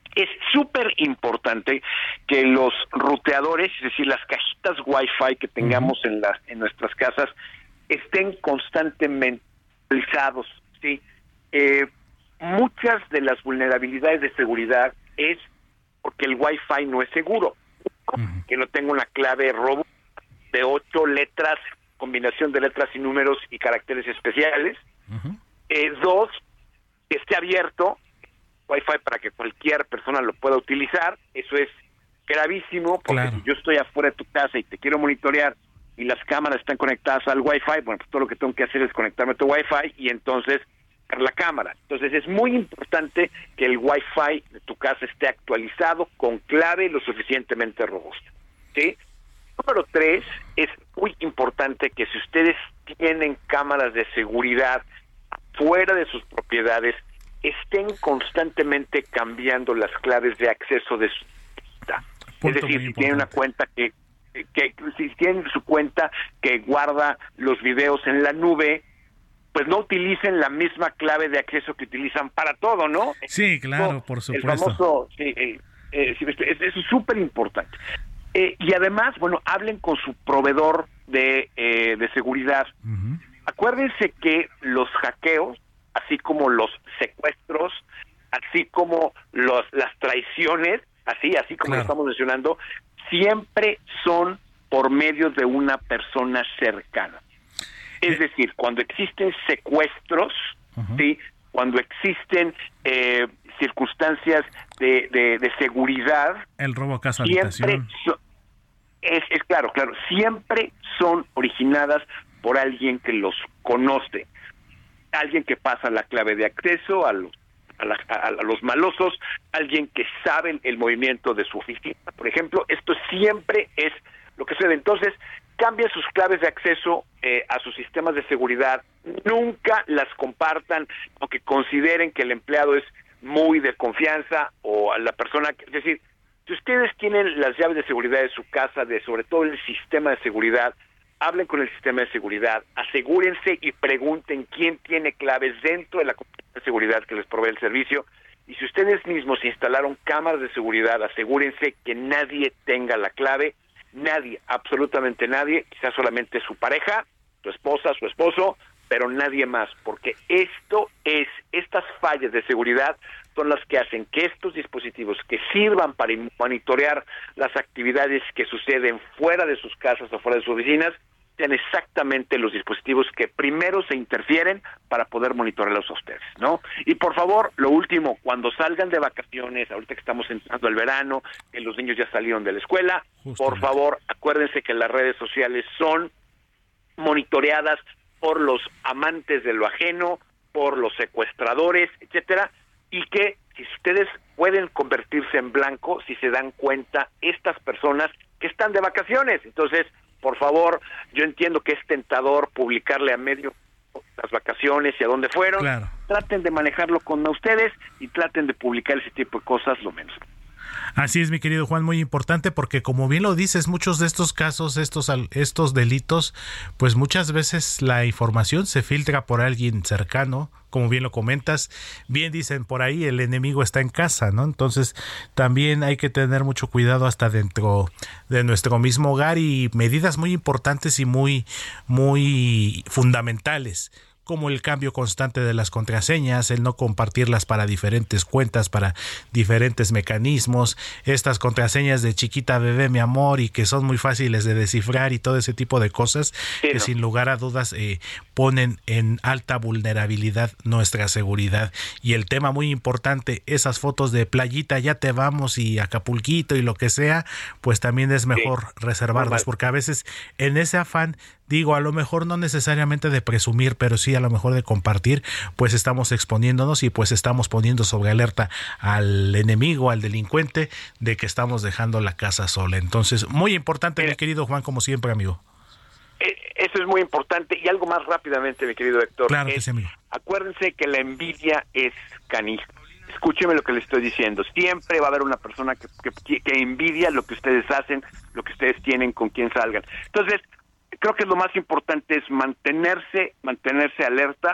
Es súper importante que los ruteadores, es decir, las cajitas Wi-Fi que tengamos en las en nuestras casas, estén constantemente actualizados, ¿sí? Eh, muchas de las vulnerabilidades de seguridad es porque el Wi-Fi no es seguro, uh-huh. que no tenga una clave robusta de ocho letras, combinación de letras y números y caracteres especiales. Uh-huh. Eh, dos, que esté abierto Wi-Fi para que cualquier persona lo pueda utilizar. Eso es gravísimo, porque claro. si yo estoy afuera de tu casa y te quiero monitorear y las cámaras están conectadas al Wi-Fi, bueno, pues todo lo que tengo que hacer es conectarme a tu Wi-Fi y entonces la cámara. Entonces es muy importante que el Wi-Fi de tu casa esté actualizado con clave lo suficientemente robusta, ¿sí? Número tres, es muy importante que si ustedes tienen cámaras de seguridad fuera de sus propiedades, estén constantemente cambiando las claves de acceso de su cuenta. Es decir, si tienen una cuenta que, que si tienen su cuenta que guarda los videos en la nube, pues no utilicen la misma clave de acceso que utilizan para todo, ¿no? Sí, claro, por supuesto. El famoso, sí, eh, eh, eso es súper importante. Eh, y además, bueno, hablen con su proveedor de, eh, de seguridad. Uh-huh. Acuérdense que los hackeos, así como los secuestros, así como los, las traiciones, así, así como claro. lo estamos mencionando, siempre son por medio de una persona cercana. Es eh. decir, cuando existen secuestros, uh-huh. ¿sí? Cuando existen eh, circunstancias de, de, de seguridad, el robo a casa habitación. So, es, es claro, claro, siempre son originadas por alguien que los conoce, alguien que pasa la clave de acceso a los a, la, a, a los malosos, alguien que sabe el, el movimiento de su oficina, por ejemplo. Esto siempre es lo que sucede. Entonces, cambien sus claves de acceso eh, a sus sistemas de seguridad, nunca las compartan, aunque consideren que el empleado es muy de confianza o a la persona, es decir, si ustedes tienen las llaves de seguridad de su casa, de sobre todo el sistema de seguridad, hablen con el sistema de seguridad, asegúrense y pregunten quién tiene claves dentro de la compañía de seguridad que les provee el servicio. Y si ustedes mismos instalaron cámaras de seguridad, asegúrense que nadie tenga la clave, nadie, absolutamente nadie, quizás solamente su pareja, su esposa, su esposo, pero nadie más, porque esto es, estas fallas de seguridad son las que hacen que estos dispositivos que sirvan para monitorear las actividades que suceden fuera de sus casas o fuera de sus oficinas, sean exactamente los dispositivos que primero se interfieren para poder monitorearlos a ustedes, ¿no? Y por favor, lo último, cuando salgan de vacaciones, ahorita que estamos entrando al verano, que los niños ya salieron de la escuela, Justamente. por favor, acuérdense que las redes sociales son monitoreadas por los amantes de lo ajeno, por los secuestradores, etcétera, y que si ustedes pueden convertirse en blanco si se dan cuenta estas personas que están de vacaciones. Entonces, por favor, yo entiendo que es tentador publicarle a medio las vacaciones y a dónde fueron. Claro. Traten de manejarlo con ustedes y traten de publicar ese tipo de cosas lo menos. Así es, mi querido Juan, muy importante, porque como bien lo dices, muchos de estos casos, estos estos delitos, pues muchas veces la información se filtra por alguien cercano, como bien lo comentas. Bien dicen por ahí, el enemigo está en casa, ¿no? Entonces también hay que tener mucho cuidado hasta dentro de nuestro mismo hogar, y medidas muy importantes y muy, muy fundamentales, como el cambio constante de las contraseñas, el no compartirlas para diferentes cuentas, para diferentes mecanismos, estas contraseñas de chiquita bebé mi amor y que son muy fáciles de descifrar y todo ese tipo de cosas sí, que ¿no? sin lugar a dudas eh, ponen en alta vulnerabilidad nuestra seguridad. Y el tema muy importante, esas fotos de playita, ya te vamos y Acapulquito y lo que sea, pues también es mejor sí. reservarlas, porque a veces en ese afán, digo, a lo mejor no necesariamente de presumir, pero sí a lo mejor de compartir, pues estamos exponiéndonos y pues estamos poniendo sobre alerta al enemigo, al delincuente, de que estamos dejando la casa sola. Entonces, muy importante, eh, mi querido Juan, como siempre, amigo. Eh, eso es muy importante. Y algo más rápidamente, mi querido Héctor. Claro que es, sí, amigo. Acuérdense que la envidia es canija. Escúcheme lo que les estoy diciendo. Siempre va a haber una persona que, que, que envidia lo que ustedes hacen, lo que ustedes tienen, con quien salgan. Entonces, creo que lo más importante es mantenerse, mantenerse alerta,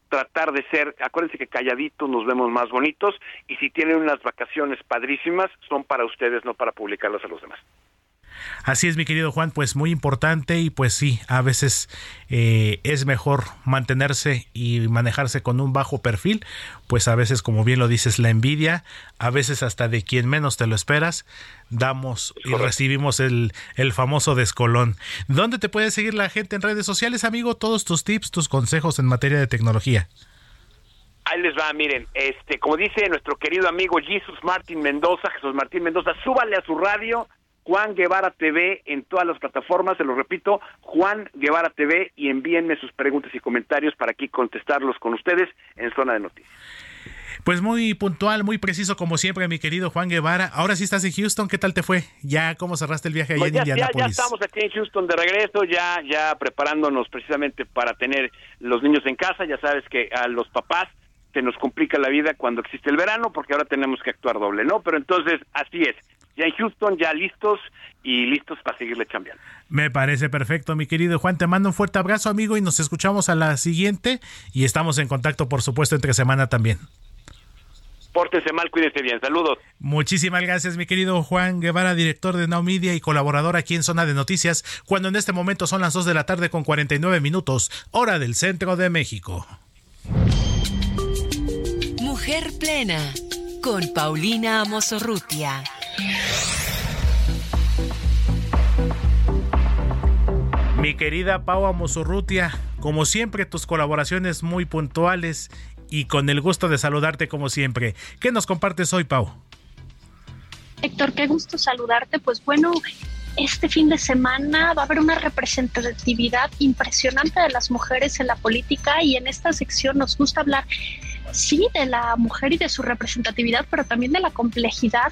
tratar de ser, acuérdense que calladitos nos vemos más bonitos, y si tienen unas vacaciones padrísimas, son para ustedes, no para publicarlas a los demás. Así es, mi querido Juan, pues muy importante, y pues sí, a veces eh, es mejor mantenerse y manejarse con un bajo perfil, pues a veces, como bien lo dices, la envidia, a veces hasta de quien menos te lo esperas, damos y Correcto. recibimos el, el famoso descolón. ¿Dónde te puede seguir la gente en redes sociales, amigo? Todos tus tips, tus consejos en materia de tecnología. Ahí les va, miren, este, como dice nuestro querido amigo Jesús Martín Mendoza, Jesús Martín Mendoza, súbale a su radio Juan Guevara T V en todas las plataformas, se lo repito, Juan Guevara T V, y envíenme sus preguntas y comentarios para aquí contestarlos con ustedes en Zona de Noticias. Pues muy puntual, muy preciso como siempre, mi querido Juan Guevara. Ahora sí estás en Houston, ¿qué tal te fue? ¿Ya cómo cerraste el viaje allá pues ya, en Indianápolis? Ya, ya estamos aquí en Houston de regreso, ya, ya preparándonos precisamente para tener los niños en casa. Ya sabes que a los papás se nos complica la vida cuando existe el verano, porque ahora tenemos que actuar doble, ¿no? Pero entonces, así es. Ya en Houston, ya listos y listos para seguirle chambeando. Me parece perfecto, mi querido Juan. Te mando un fuerte abrazo, amigo, y nos escuchamos a la siguiente. Y estamos en contacto, por supuesto, entre semana también. Pórtense mal, cuídense bien. Saludos. Muchísimas gracias, mi querido Juan Guevara, director de Now Media y colaborador aquí en Zona de Noticias, cuando en este momento son las dos de la tarde con cuarenta y nueve minutos, hora del centro de México. Mujer Plena, con Paulina Amosorrutia. Mi querida Pau Amosorrutia, como siempre tus colaboraciones muy puntuales y con el gusto de saludarte como siempre. ¿Qué nos compartes hoy, Pau? Héctor, qué gusto saludarte. Pues bueno, este fin de semana va a haber una representatividad impresionante de las mujeres en la política, y en esta sección nos gusta hablar sí de la mujer y de su representatividad, pero también de la complejidad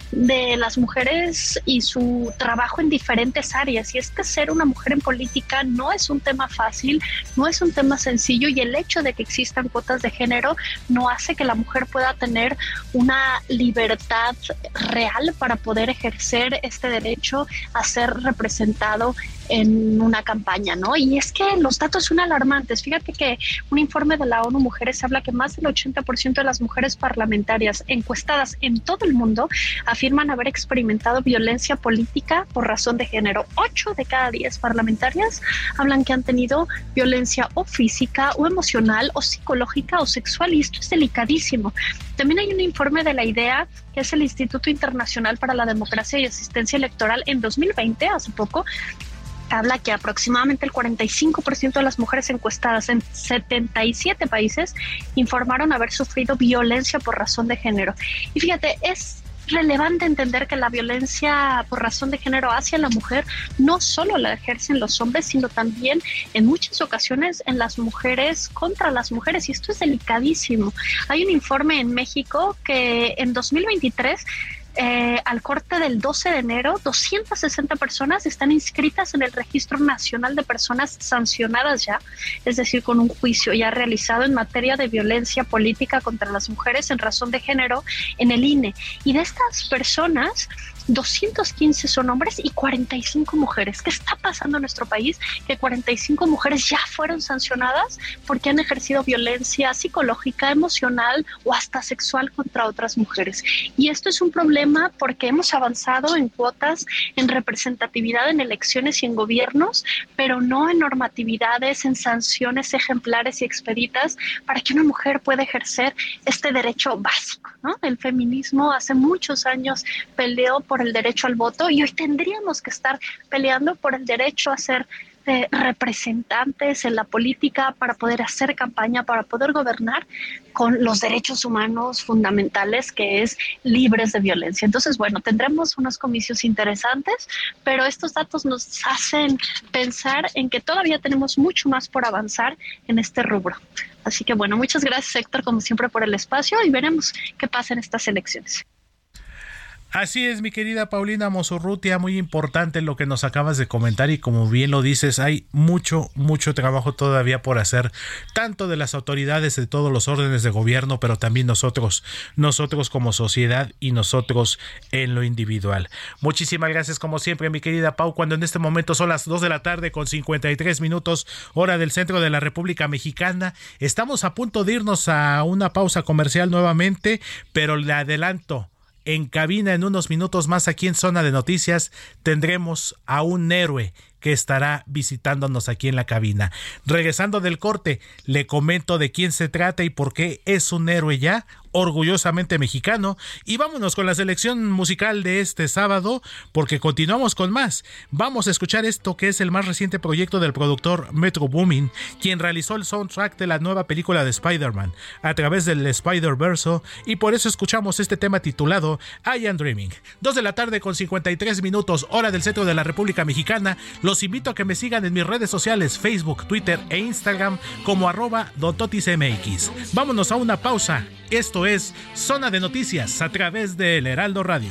de las mujeres y su trabajo en diferentes áreas. Y es que ser una mujer en política no es un tema fácil, no es un tema sencillo, y el hecho de que existan cuotas de género no hace que la mujer pueda tener una libertad real para poder ejercer este derecho a ser representado en una campaña, ¿no? Y es que los datos son alarmantes. Fíjate que un informe de la ONU Mujeres habla que más del ochenta por ciento de las mujeres parlamentarias encuestadas en todo el mundo afirman haber experimentado violencia política por razón de género. Ocho de cada diez parlamentarias hablan que han tenido violencia o física o emocional o psicológica o sexual, y esto es delicadísimo. También hay un informe de la IDEA, que es el Instituto Internacional para la Democracia y Asistencia Electoral, en dos mil veinte, hace poco, habla que aproximadamente el cuarenta y cinco por ciento de las mujeres encuestadas en setenta y siete países informaron haber sufrido violencia por razón de género. Y fíjate, es relevante entender que la violencia por razón de género hacia la mujer no solo la ejercen los hombres, sino también en muchas ocasiones en las mujeres contra las mujeres, y esto es delicadísimo. Hay un informe en México que en dos mil veintitrés Eh, al corte del doce de enero, doscientas sesenta personas están inscritas en el Registro Nacional de Personas Sancionadas ya, es decir, con un juicio ya realizado en materia de violencia política contra las mujeres en razón de género en el I N E. Y de estas personas, doscientos quince son hombres y cuarenta y cinco mujeres. ¿Qué está pasando en nuestro país? Que cuarenta y cinco mujeres ya fueron sancionadas porque han ejercido violencia psicológica, emocional o hasta sexual contra otras mujeres. Y esto es un problema porque hemos avanzado en cuotas, en representatividad en elecciones y en gobiernos, pero no en normatividades, en sanciones ejemplares y expeditas para que una mujer pueda ejercer este derecho básico, ¿no? El feminismo hace muchos años peleó por el derecho al voto, y hoy tendríamos que estar peleando por el derecho a ser eh, representantes en la política, para poder hacer campaña, para poder gobernar con los derechos humanos fundamentales, que es libres de violencia. Entonces, bueno, tendremos unos comicios interesantes, pero estos datos nos hacen pensar en que todavía tenemos mucho más por avanzar en este rubro. Así que bueno, muchas gracias, Héctor, como siempre, por el espacio, y veremos qué pasa en estas elecciones. Así es, mi querida Paulina Amosorrutia, muy importante lo que nos acabas de comentar y como bien lo dices, hay mucho, mucho trabajo todavía por hacer, tanto de las autoridades de todos los órdenes de gobierno, pero también nosotros, nosotros como sociedad y nosotros en lo individual. Muchísimas gracias como siempre, mi querida Pau, cuando en este momento son las dos de la tarde con cincuenta y tres minutos, hora del centro de la República Mexicana. Estamos a punto de irnos a una pausa comercial nuevamente, pero le adelanto, en cabina en unos minutos más aquí en Zona de Noticias tendremos a un héroe que estará visitándonos aquí en la cabina. Regresando del corte, le comento de quién se trata y por qué es un héroe ya, orgullosamente mexicano. Y vámonos con la selección musical de este sábado, porque continuamos con más. Vamos a escuchar esto que es el más reciente proyecto del productor Metro Boomin, quien realizó el soundtrack de la nueva película de Spider-Man a través del Spider-Verse, y por eso escuchamos este tema titulado I Am Dreaming. Dos de la tarde con cincuenta y tres minutos, hora del centro de la República Mexicana. Los invito a que me sigan en mis redes sociales, Facebook, Twitter e Instagram como arroba dontotismx. Vámonos a una pausa. Esto es Zona de Noticias a través de El Heraldo Radio.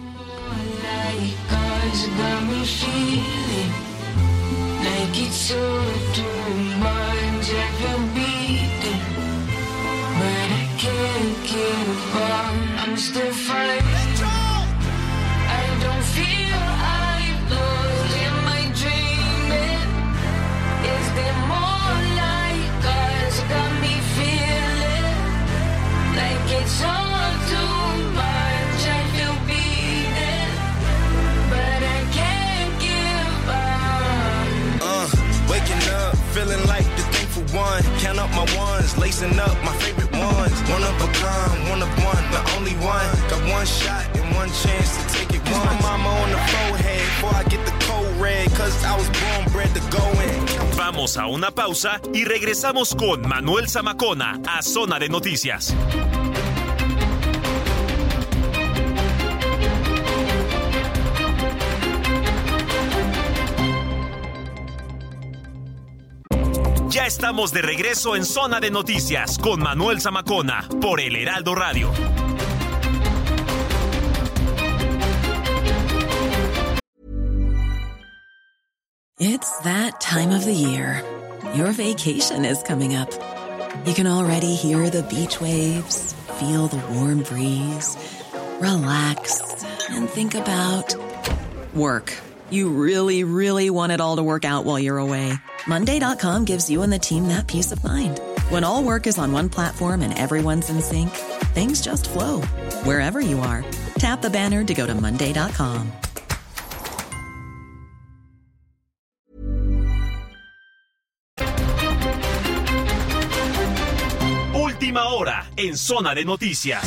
It's all too much, I feel beaten, but I can't give up. Uh, waking up, feeling like the thankful one. Count up my ones, lacing up my favorite ones. One of a kind, one of one, the only one. Got one shot and one chance to take it. Kiss my mama on the forehead before I get the cold red, cause I was born bred to go in. Vamos a una pausa y regresamos con Manuel Zamacona a Zona de Noticias. Ya estamos de regreso en Zona de Noticias con Manuel Zamacona por El Heraldo Radio. It's that time of the year. Your vacation is coming up. You can already hear the beach waves, feel the warm breeze, relax, and think about work. You really, really want it all to work out while you're away. Monday dot com gives you and the team that peace of mind. When all work is on one platform and everyone's in sync, things just flow. Wherever you are, tap the banner to go to Monday dot com. Última hora en Zona de Noticias.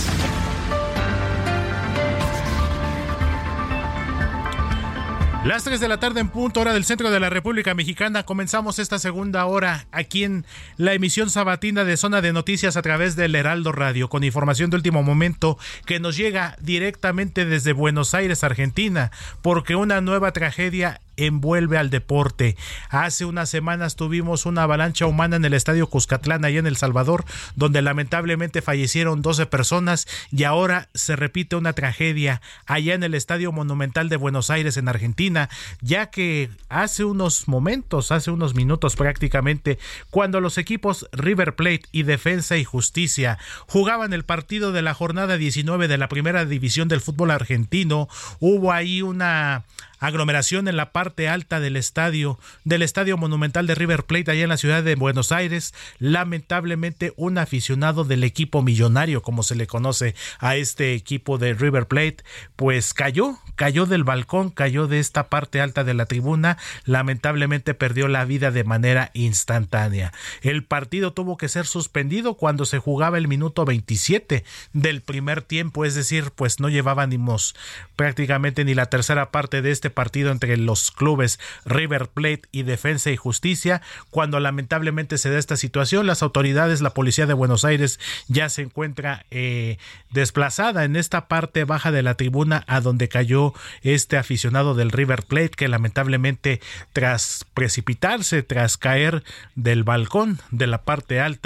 Las tres de la tarde en punto, hora del centro de la República Mexicana. Comenzamos esta segunda hora aquí en la emisión sabatina de Zona de Noticias a través del Heraldo Radio, con información de último momento que nos llega directamente desde Buenos Aires, Argentina, porque una nueva tragedia envuelve al deporte. Hace unas semanas tuvimos una avalancha humana en el Estadio Cuscatlán, allá en El Salvador, donde lamentablemente fallecieron doce personas, y ahora se repite una tragedia allá en el Estadio Monumental de Buenos Aires, en Argentina, ya que hace unos momentos, hace unos minutos prácticamente, cuando los equipos River Plate y Defensa y Justicia jugaban el partido de la jornada diecinueve de la primera división del fútbol argentino, hubo ahí una aglomeración en la parte alta del estadio, del Estadio Monumental de River Plate allá en la ciudad de Buenos Aires. Lamentablemente, un aficionado del equipo millonario, como se le conoce a este equipo de River Plate, pues cayó, cayó del balcón, cayó de esta parte alta de la tribuna, lamentablemente perdió la vida de manera instantánea. El partido tuvo que ser suspendido cuando se jugaba el minuto veintisiete del primer tiempo, es decir, pues no llevábamos prácticamente ni la tercera parte de este partido entre los clubes River Plate y Defensa y Justicia, cuando lamentablemente se da esta situación. Las autoridades, la policía de Buenos Aires ya se encuentra eh, desplazada en esta parte baja de la tribuna a donde cayó este aficionado del River Plate, que lamentablemente tras precipitarse, tras caer del balcón de la parte alta,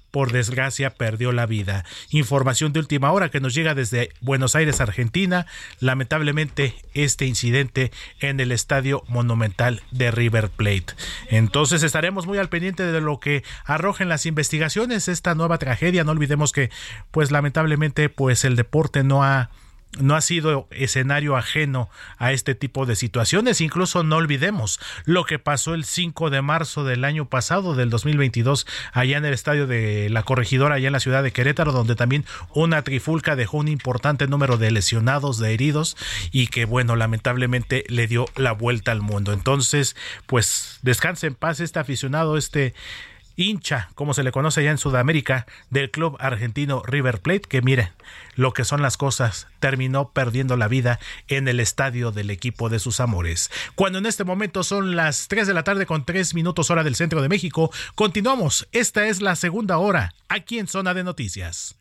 por desgracia perdió la vida. Información de última hora que nos llega desde Buenos Aires, Argentina. Lamentablemente este incidente en el Estadio Monumental de River Plate. Entonces estaremos muy al pendiente de lo que arrojen las investigaciones, esta nueva tragedia. No olvidemos que pues lamentablemente pues el deporte no ha No ha sido escenario ajeno a este tipo de situaciones. Incluso no olvidemos lo que pasó el cinco de marzo del año pasado, del dos mil veintidós, allá en el estadio de La Corregidora, allá en la ciudad de Querétaro, donde también una trifulca dejó un importante número de lesionados, de heridos, y que, bueno, lamentablemente le dio la vuelta al mundo. Entonces, pues descanse en paz este aficionado, este hincha, como se le conoce allá en Sudamérica, del club argentino River Plate, que mire lo que son las cosas, terminó perdiendo la vida en el estadio del equipo de sus amores. Cuando en este momento son las tres de la tarde con tres minutos hora del centro de México, continuamos. Esta es la segunda hora, aquí en Zona de Noticias.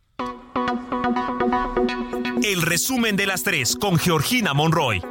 El resumen de las tres con Georgina Monroy.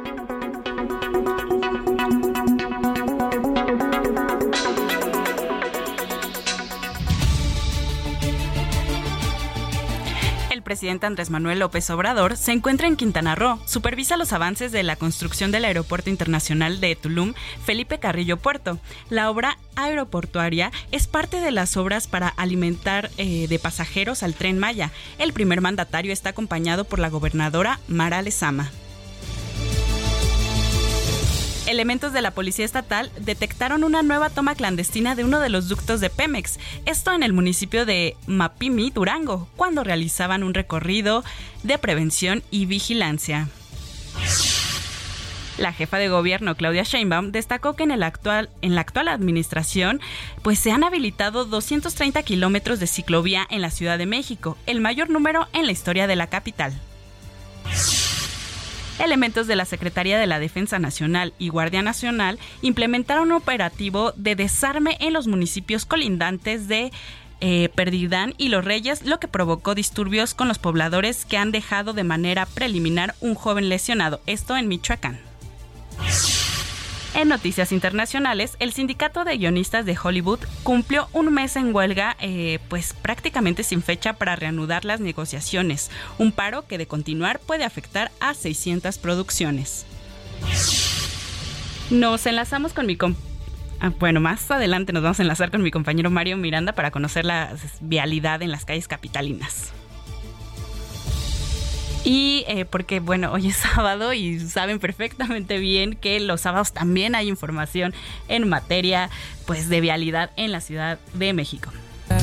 El presidente Andrés Manuel López Obrador se encuentra en Quintana Roo, supervisa los avances de la construcción del Aeropuerto Internacional de Tulum Felipe Carrillo Puerto. La obra aeroportuaria es parte de las obras para alimentar eh, de pasajeros al Tren Maya. El primer mandatario está acompañado por la gobernadora Mara Lezama. Elementos de la Policía Estatal detectaron una nueva toma clandestina de uno de los ductos de Pemex, esto en el municipio de Mapimi, Durango, cuando realizaban un recorrido de prevención y vigilancia. La jefa de gobierno, Claudia Sheinbaum, destacó que en, el actual, en la actual administración pues se han habilitado doscientos treinta kilómetros de ciclovía en la Ciudad de México, el mayor número en la historia de la capital. Elementos de la Secretaría de la Defensa Nacional y Guardia Nacional implementaron un operativo de desarme en los municipios colindantes de eh, Perdidán y Los Reyes, lo que provocó disturbios con los pobladores que han dejado de manera preliminar un joven lesionado, esto en Michoacán. En noticias internacionales, el sindicato de guionistas de Hollywood cumplió un mes en huelga, eh, pues prácticamente sin fecha para reanudar las negociaciones, un paro que de continuar puede afectar a seiscientas producciones. Nos enlazamos con mi comp- ah, bueno, más adelante nos vamos a enlazar con mi compañero Mario Miranda para conocer la vialidad en las calles capitalinas. Y eh, porque, bueno, hoy es sábado y saben perfectamente bien que los sábados también hay información en materia, pues, de vialidad en la Ciudad de México.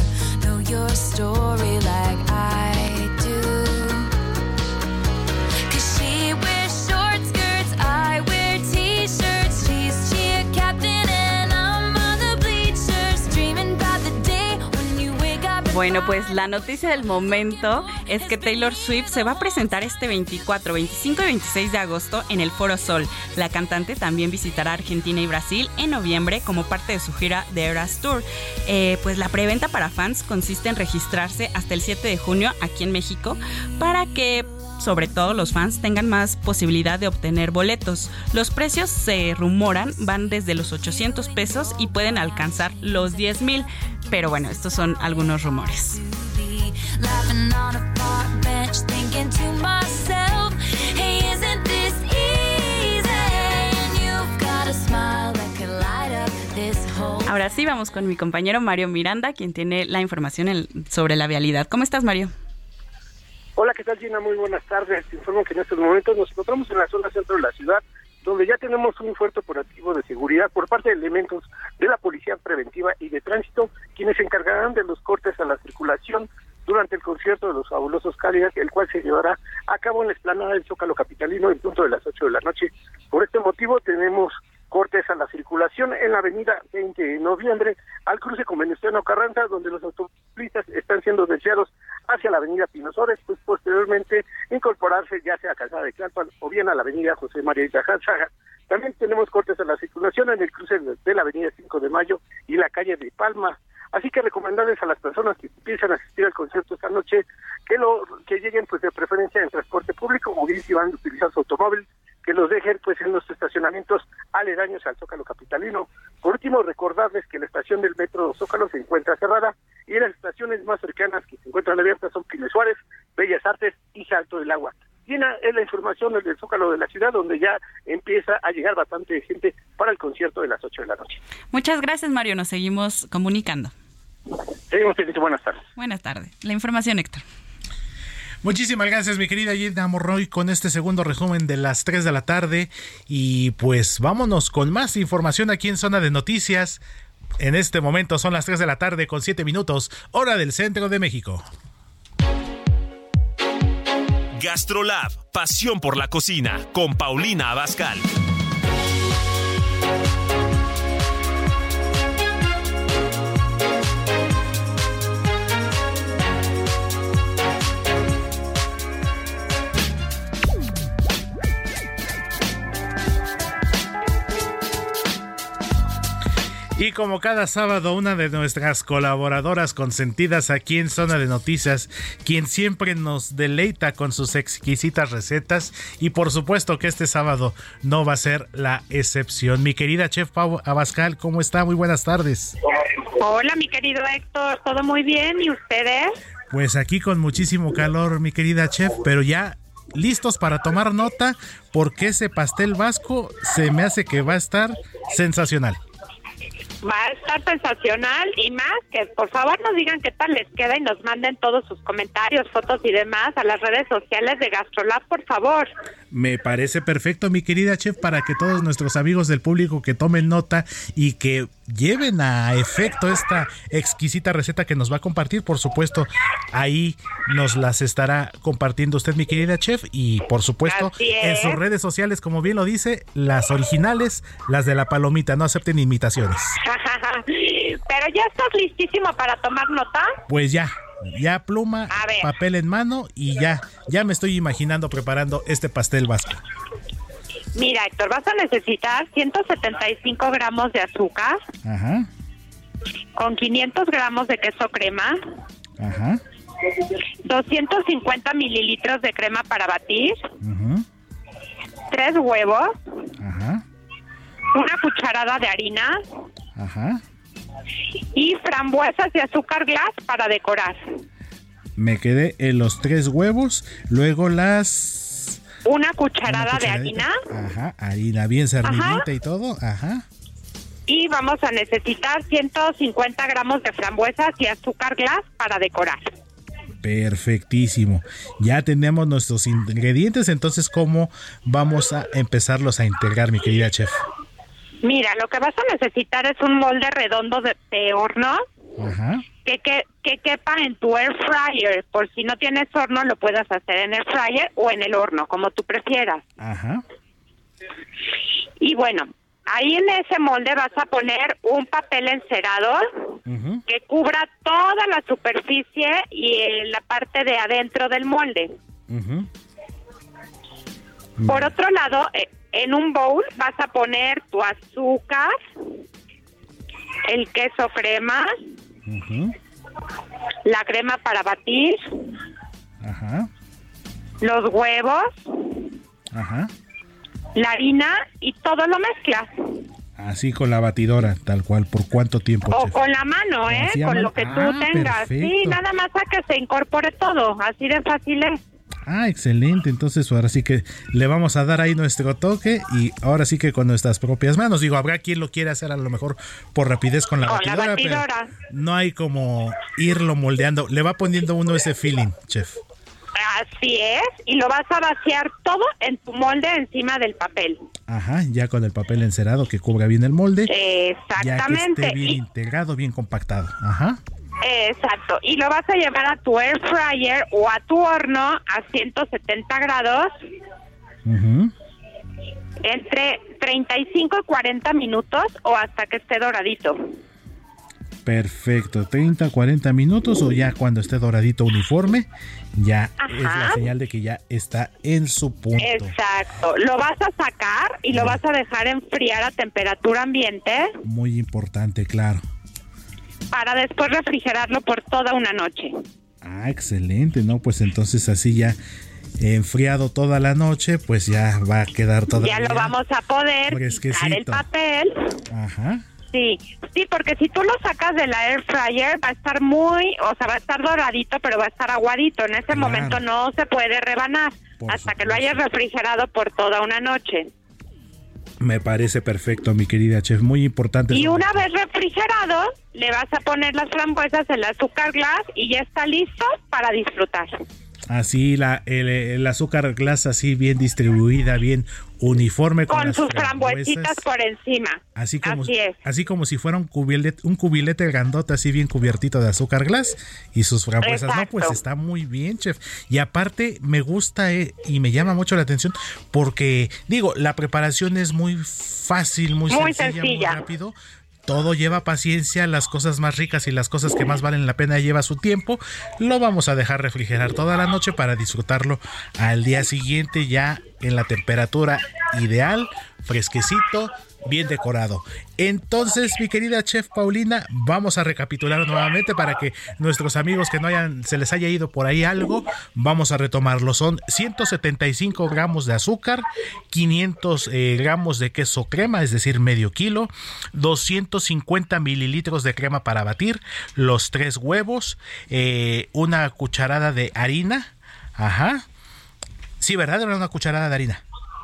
Bueno, pues la noticia del momento es que Taylor Swift se va a presentar este veinticuatro, veinticinco y veintiséis de agosto en el Foro Sol. La cantante también visitará Argentina y Brasil en noviembre como parte de su gira de Eras Tour. Eh, pues la preventa para fans consiste en registrarse hasta el siete de junio aquí en México para que sobre todo los fans tengan más posibilidad de obtener boletos. Los precios se rumoran van desde los ochocientos pesos y pueden alcanzar los diez mil. Pero bueno, estos son algunos rumores. Ahora sí, vamos con mi compañero Mario Miranda, quien tiene la información en, sobre la vialidad. ¿Cómo estás, Mario? Hola, ¿qué tal, Gina? Muy buenas tardes. Te informo que en estos momentos nos encontramos en la zona centro de la ciudad, donde ya tenemos un fuerte operativo de seguridad por parte de elementos de la Policía Preventiva y de Tránsito, quienes se encargarán de los cortes a la circulación durante el concierto de los Fabulosos Cadillacs, el cual se llevará a cabo en la explanada del Zócalo capitalino en punto de las ocho de la noche. Por este motivo tenemos cortes a la circulación en la avenida veinte de noviembre al cruce con Venustiano Carranza, donde los automovilistas están siendo desviados hacia la avenida Pinosores, pues posteriormente incorporarse ya sea a Calzada de Tlalpan o bien a la avenida José María Itajánzaga. También tenemos cortes a la circulación en el cruce de la avenida cinco de mayo y la calle de Palma. Así que recomendarles a las personas que piensan asistir al concierto esta noche que lo que lleguen pues de preferencia en transporte público o bien si van a utilizar su automóvil, que los dejen pues en los estacionamientos aledaños al Zócalo capitalino. Por último, recordarles que la estación del Metro Zócalo se encuentra cerrada y las estaciones más cercanas que se encuentran abiertas son Pino Suárez, Bellas Artes y Salto del Agua. Llena es la información del Zócalo de la ciudad, donde ya empieza a llegar bastante gente para el concierto de las ocho de la noche. Muchas gracias, Mario. Nos seguimos comunicando. Seguimos teniendo buenas tardes. Buenas tardes. La información, Héctor. Muchísimas gracias, mi querida Gina Monroy, con este segundo resumen de las tres de la tarde. Y pues vámonos con más información aquí en Zona de Noticias. En este momento son las tres de la tarde con siete minutos, hora del centro de México. GastroLab, pasión por la cocina, con Paulina Abascal. Y como cada sábado, una de nuestras colaboradoras consentidas aquí en Zona de Noticias, quien siempre nos deleita con sus exquisitas recetas, y por supuesto que este sábado no va a ser la excepción. Mi querida chef Pau Abascal, ¿cómo está? Muy buenas tardes. Hola, mi querido Héctor, ¿todo muy bien? ¿Y ustedes? Pues aquí con muchísimo calor, mi querida chef, pero ya listos para tomar nota, porque ese pastel vasco se me hace que va a estar sensacional. Va a estar sensacional, y más que por favor nos digan qué tal les queda y nos manden todos sus comentarios, fotos y demás a las redes sociales de GastroLab, por favor. Me parece perfecto, mi querida chef, para que todos nuestros amigos del público que tomen nota y que lleven a efecto esta exquisita receta que nos va a compartir. Por supuesto, ahí nos las estará compartiendo usted, mi querida chef, y por supuesto en sus redes sociales, como bien lo dice, las originales, las de la palomita, no acepten imitaciones. Pero ya estás listísimo para tomar nota. Pues ya, ya pluma, papel en mano, y ya, ya me estoy imaginando preparando este pastel vasco. Mira, Héctor, vas a necesitar ciento setenta y cinco gramos de azúcar. Ajá. Con quinientos gramos de queso crema. Ajá. doscientos cincuenta mililitros de crema para batir. Ajá. Tres huevos. Ajá. Una cucharada de harina. Ajá. Y frambuesas de azúcar glass para decorar. Me quedé en los tres huevos, luego las... Una cucharada de harina. Ajá, harina bien servidita y todo, ajá. Y vamos a necesitar ciento cincuenta gramos de frambuesas y azúcar glass para decorar. Perfectísimo. Ya tenemos nuestros ingredientes, entonces ¿cómo vamos a empezarlos a integrar, mi querida chef? Mira, lo que vas a necesitar es un molde redondo de, de horno. Ajá. Que, que, que quepa en tu air fryer. Por si no tienes horno, lo puedas hacer en air fryer o en el horno, como tú prefieras. Ajá. Y bueno, ahí en ese molde vas a poner un papel encerado uh-huh. que cubra toda la superficie y eh, la parte de adentro del molde. Uh-huh. Por otro lado, eh, en un bowl vas a poner tu azúcar, el queso crema, uh-huh. la crema para batir, ajá. los huevos, ajá. la harina y todo lo mezclas. Así con la batidora, tal cual. ¿Por cuánto tiempo, O chef? con la mano, ¿eh? Con mano? Lo que ah, tú tengas. perfecto. Sí, nada más a que se incorpore todo. Así de fácil es. Ah, excelente. Entonces ahora sí que le vamos a dar ahí nuestro toque, y ahora sí que con nuestras propias manos. Digo, habrá quien lo quiera hacer a lo mejor por rapidez con la con batidora, la batidora. Pero no hay como irlo moldeando. Le va poniendo uno ese feeling, chef. Así es, y lo vas a vaciar todo en tu molde encima del papel. Ajá, ya con el papel encerado que cubra bien el molde. Exactamente. Ya que esté bien y... integrado, bien compactado. Ajá. Exacto, y lo vas a llevar a tu air fryer o a tu horno a ciento setenta grados uh-huh. entre treinta y cinco y cuarenta minutos o hasta que esté doradito. Perfecto, treinta, cuarenta minutos, o ya cuando esté doradito uniforme, ya Ajá. es la señal de que ya está en su punto. Exacto, lo vas a sacar y lo vas a dejar enfriar a temperatura ambiente. Muy importante, claro. Para después refrigerarlo por toda una noche. Ah, excelente, ¿no? Pues entonces así ya enfriado toda la noche, pues ya va a quedar todavía. Ya lo vamos a poder quitar el papel. Ajá. Sí, sí, porque si tú lo sacas de la air fryer va a estar muy, o sea, va a estar doradito, pero va a estar aguadito. En ese claro. momento no se puede rebanar por hasta supuesto. que lo hayas refrigerado por toda una noche. Me parece perfecto, mi querida chef, muy importante. Y una vez refrigerado, le vas a poner las frambuesas, el azúcar glass y ya está listo para disfrutar. Así la el, el azúcar glass así bien distribuida, bien uniforme con, con las sus frambuesas frambuesitas por encima. Así como así es. Así como si fuera un cubilete, un cubilete grandote así bien cubiertito de azúcar glass y sus frambuesas. Exacto. No, pues está muy bien, chef. Y aparte me gusta eh, y me llama mucho la atención porque digo, la preparación es muy fácil, muy, muy sencilla, sencilla, muy rápido. Todo lleva paciencia, las cosas más ricas y las cosas que más valen la pena lleva su tiempo. Lo vamos a dejar refrigerar toda la noche para disfrutarlo al día siguiente ya en la temperatura ideal, fresquecito, bien decorado. Entonces, mi querida chef Paulina, vamos a recapitular nuevamente para que nuestros amigos que no hayan, se les haya ido por ahí algo, vamos a retomarlo. Son ciento setenta y cinco gramos de azúcar, quinientos eh, gramos de queso crema, es decir, medio kilo, doscientos cincuenta mililitros de crema para batir, los tres huevos, eh, una cucharada de harina, ajá, sí, ¿verdad? Era una cucharada de harina.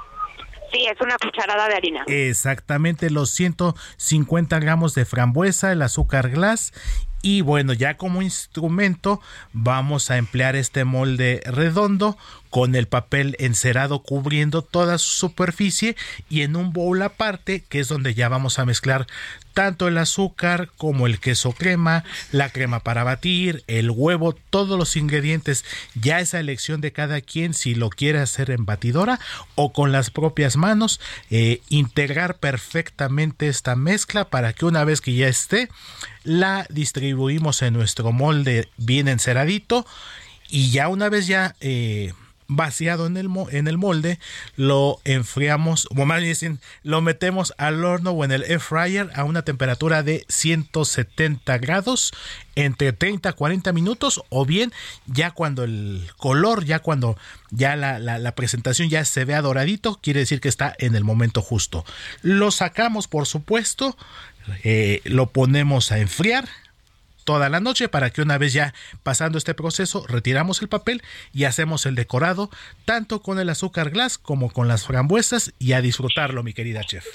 Sí, es una cucharada de harina. Exactamente, los ciento cincuenta gramos de frambuesa, el azúcar glass. Y bueno, ya como instrumento vamos a emplear este molde redondo con el papel encerado cubriendo toda su superficie y en un bowl aparte, que es donde ya vamos a mezclar tanto el azúcar como el queso crema, la crema para batir, el huevo, todos los ingredientes. Ya esa elección de cada quien si lo quiere hacer en batidora o con las propias manos, eh, integrar perfectamente esta mezcla para que una vez que ya esté, la distribuimos en nuestro molde bien enceradito y ya una vez ya eh, vaciado en el, en el molde, lo enfriamos, o más bien lo metemos al horno o en el air fryer a una temperatura de ciento setenta grados entre treinta a cuarenta minutos, o bien ya cuando el color, ya cuando ya la, la, la presentación ya se vea doradito, quiere decir que está en el momento justo. Lo sacamos, por supuesto, eh, lo ponemos a enfriar toda la noche para que una vez ya pasando este proceso retiramos el papel y hacemos el decorado tanto con el azúcar glass como con las frambuesas y a disfrutarlo, mi querida chef.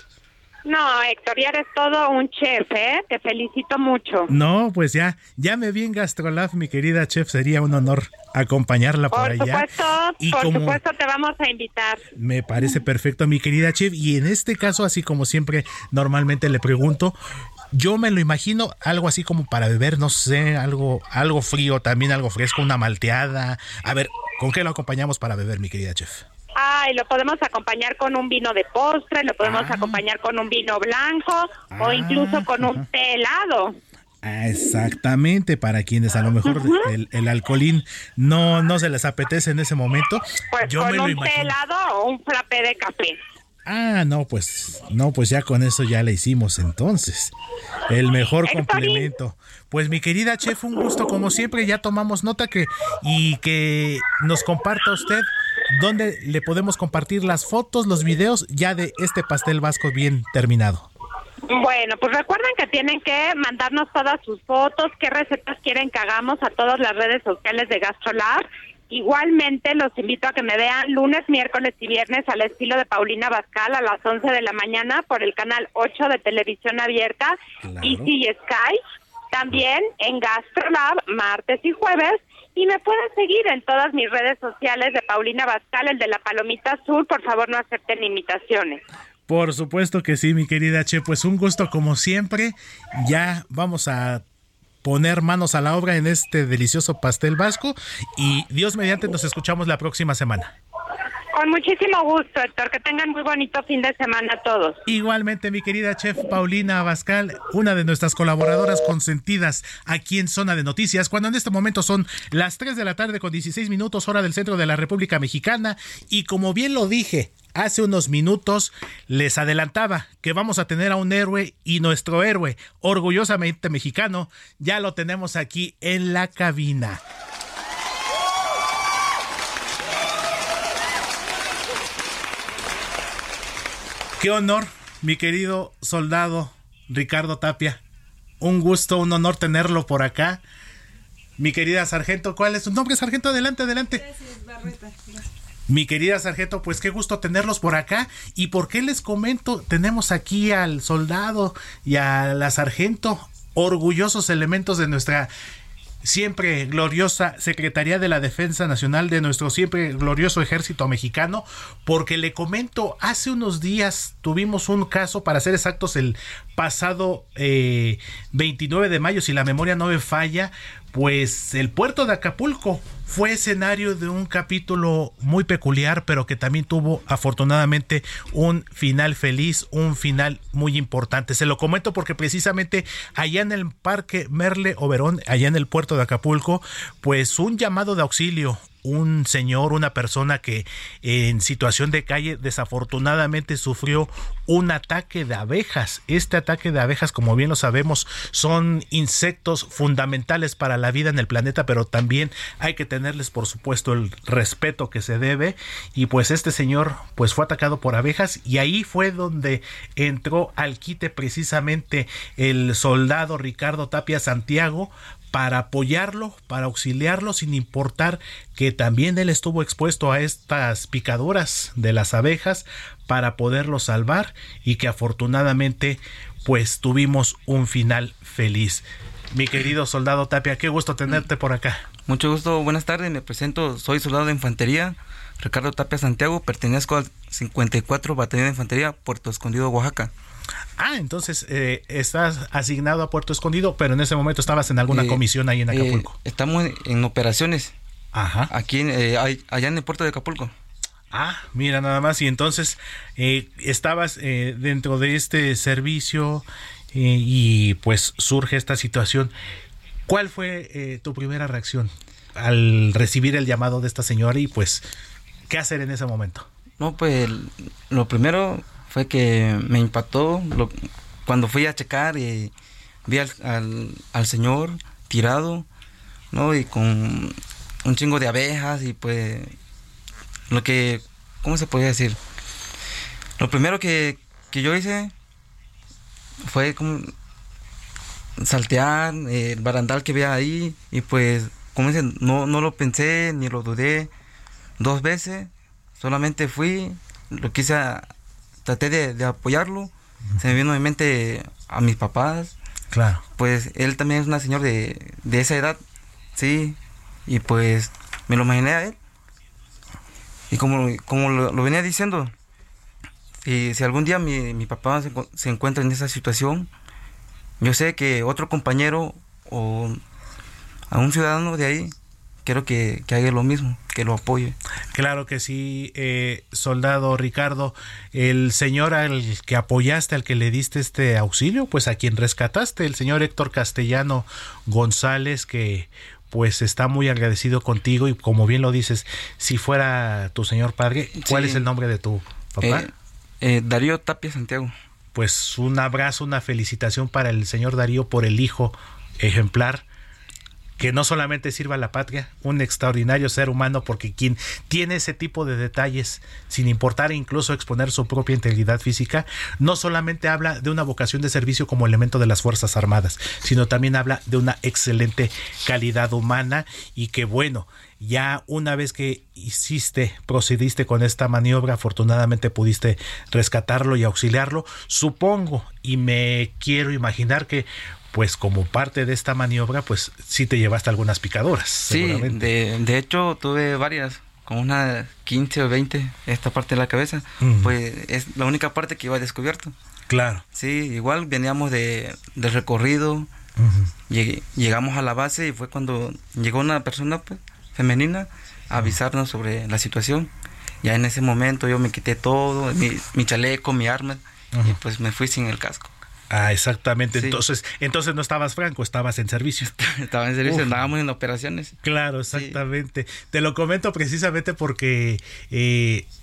No, Héctor, ya eres todo un chef, ¿eh? Te felicito mucho. No, pues ya, ya me vi en GastroLab, mi querida chef, sería un honor acompañarla por, por allá. Supuesto, y por como supuesto te vamos a invitar. Me parece perfecto, mi querida chef, y en este caso, así como siempre, normalmente le pregunto, yo me lo imagino algo así como para beber, no sé, algo, algo frío, también algo fresco, una malteada. A ver, ¿con qué lo acompañamos para beber, mi querida chef? Ay, lo podemos acompañar con un vino de postre, lo podemos ah. acompañar con un vino blanco ah. o incluso con un té helado. Exactamente, para quienes a lo mejor uh-huh. el, el alcoholín no, no se les apetece en ese momento. Pues yo con me lo un imagino. té helado o un frappé de café. Ah, no, pues, no, pues ya con eso ya le hicimos entonces. El mejor complemento. Pues mi querida chef, un gusto como siempre, ya tomamos nota que y que nos comparta usted dónde le podemos compartir las fotos, los videos ya de este pastel vasco bien terminado. Bueno, pues recuerden que tienen que mandarnos todas sus fotos, qué recetas quieren que hagamos a todas las redes sociales de GastroLab. Igualmente los invito a que me vean lunes, miércoles y viernes al estilo de Paulina Abascal a las once de la mañana por el canal ocho de Televisión Abierta, claro. Easy y Sky, también en GastroLab martes y jueves, y me pueden seguir en todas mis redes sociales de Paulina Abascal, el de la palomita azul, por favor no acepten imitaciones. Por supuesto que sí, mi querida Che, pues un gusto como siempre, ya vamos a poner manos a la obra en este delicioso pastel vasco y Dios mediante nos escuchamos la próxima semana. Con muchísimo gusto, Héctor, que tengan muy bonito fin de semana todos. Igualmente, mi querida chef Paulina Abascal, una de nuestras colaboradoras consentidas aquí en Zona de Noticias, cuando en este momento son las tres de la tarde con dieciséis minutos, hora del centro de la República Mexicana, y como bien lo dije hace unos minutos, les adelantaba que vamos a tener a un héroe, y nuestro héroe, orgullosamente mexicano, ya lo tenemos aquí en la cabina. Qué honor, mi querido soldado Ricardo Tapia. Un gusto, un honor tenerlo por acá. Mi querida sargento, ¿cuál es su nombre, sargento? Adelante, adelante. Gracias, Barreta. Gracias. Mi querida sargento, pues qué gusto tenerlos por acá. ¿Y por qué les comento? Tenemos aquí al soldado y a la sargento, orgullosos elementos de nuestra siempre gloriosa Secretaría de la Defensa Nacional, de nuestro siempre glorioso Ejército Mexicano, porque le comento, hace unos días tuvimos un caso, para ser exactos, el pasado eh, veintinueve de mayo, si la memoria no me falla, pues el puerto de Acapulco fue escenario de un capítulo muy peculiar, pero que también tuvo afortunadamente un final feliz, un final muy importante. Se lo comento porque precisamente allá en el Parque Merle Oberón, allá en el puerto de Acapulco, pues un llamado de auxilio, un señor, una persona que en situación de calle desafortunadamente sufrió un ataque de abejas. Este ataque de abejas, como bien lo sabemos, son insectos fundamentales para la vida en el planeta, pero también hay que tenerles, por supuesto, el respeto que se debe. Y pues este señor pues fue atacado por abejas, y ahí fue donde entró al quite precisamente el soldado Ricardo Tapia Santiago, para apoyarlo, para auxiliarlo, sin importar que también él estuvo expuesto a estas picaduras de las abejas, para poderlo salvar, y que afortunadamente pues tuvimos un final feliz. Mi querido soldado Tapia, qué gusto tenerte por acá. Mucho gusto, buenas tardes, me presento, soy soldado de infantería, Ricardo Tapia Santiago, pertenezco al cincuenta y cuatro Batallón de Infantería, Puerto Escondido, Oaxaca. Ah, entonces eh, estás asignado a Puerto Escondido, pero en ese momento estabas en alguna eh, comisión ahí en Acapulco. Eh, estamos en, en operaciones. Ajá. Aquí, eh, allá en el puerto de Acapulco. Ah, mira nada más. Y entonces eh, estabas eh, dentro de este servicio eh, y pues surge esta situación. ¿Cuál fue eh, tu primera reacción al recibir el llamado de esta señora y pues qué hacer en ese momento? No, pues lo primero fue que me impactó lo, cuando fui a checar y vi al, al, al señor tirado, ¿no? Y con un chingo de abejas y pues lo que, ¿cómo se podía decir? Lo primero que, que yo hice fue como saltear eh, el barandal que veía ahí y pues, como dicen, no, no lo pensé ni lo dudé dos veces, solamente fui, lo quise a, traté de, de apoyarlo. Uh-huh. Se me vino en mente a mis papás. Claro. Pues él también es una señora de, de esa edad, sí, y pues me lo imaginé a él. Y como, como lo, lo venía diciendo, y si algún día mi, mi papá se, se encuentra en esa situación, yo sé que otro compañero o a un ciudadano de ahí, quiero que, que haga lo mismo, que lo apoye. Claro que sí, eh, soldado Ricardo, el señor al que apoyaste, al que le diste este auxilio, pues a quien rescataste, el señor Héctor Castellano González, que pues está muy agradecido contigo y como bien lo dices, si fuera tu señor padre, ¿cuál sí. es el nombre de tu papá? Eh, eh, Darío Tapia Santiago. Pues un abrazo, una felicitación para el señor Darío por el hijo ejemplar, que no solamente sirva a la patria, un extraordinario ser humano, porque quien tiene ese tipo de detalles, sin importar incluso exponer su propia integridad física, no solamente habla de una vocación de servicio como elemento de las Fuerzas Armadas, sino también habla de una excelente calidad humana y que bueno, ya una vez que hiciste, procediste con esta maniobra, afortunadamente pudiste rescatarlo y auxiliarlo, supongo y me quiero imaginar que pues como parte de esta maniobra, pues sí te llevaste algunas picaduras. Sí, de, de hecho tuve varias, como unas quince o veinte, esta parte de la cabeza, uh-huh. Pues es la única parte que iba descubierto. Claro. Sí, igual veníamos de, de recorrido, uh-huh. Llegué, llegamos a la base y fue cuando llegó una persona pues, femenina a avisarnos sobre la situación. Ya en ese momento yo me quité todo, mi, mi chaleco, mi arma, uh-huh. Y pues me fui sin el casco. Ah, exactamente. Sí. Entonces, entonces no estabas franco, estabas en servicio. Estaba en servicio, Uf. Andábamos en operaciones. Claro, exactamente. Sí. Te lo comento precisamente porque eh,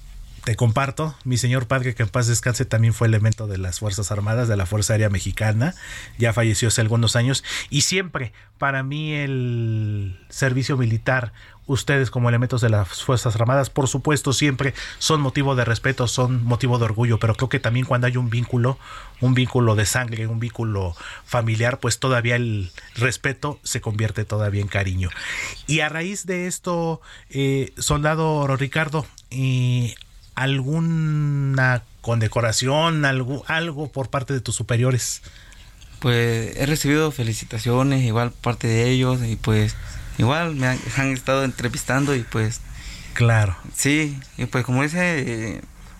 te comparto, mi señor padre, que en paz descanse, también fue elemento de las Fuerzas Armadas, de la Fuerza Aérea Mexicana, ya falleció hace algunos años, y siempre para mí el servicio militar, ustedes como elementos de las Fuerzas Armadas, por supuesto, siempre son motivo de respeto, son motivo de orgullo, pero creo que también cuando hay un vínculo, un vínculo de sangre, un vínculo familiar, pues todavía el respeto se convierte todavía en cariño. Y a raíz de esto, eh, soldado Ricardo, eh, ¿alguna condecoración, algo, algo por parte de tus superiores? Pues he recibido felicitaciones, igual parte de ellos, y pues igual me han, han estado entrevistando y pues... Claro. Sí, y pues como dice, eh,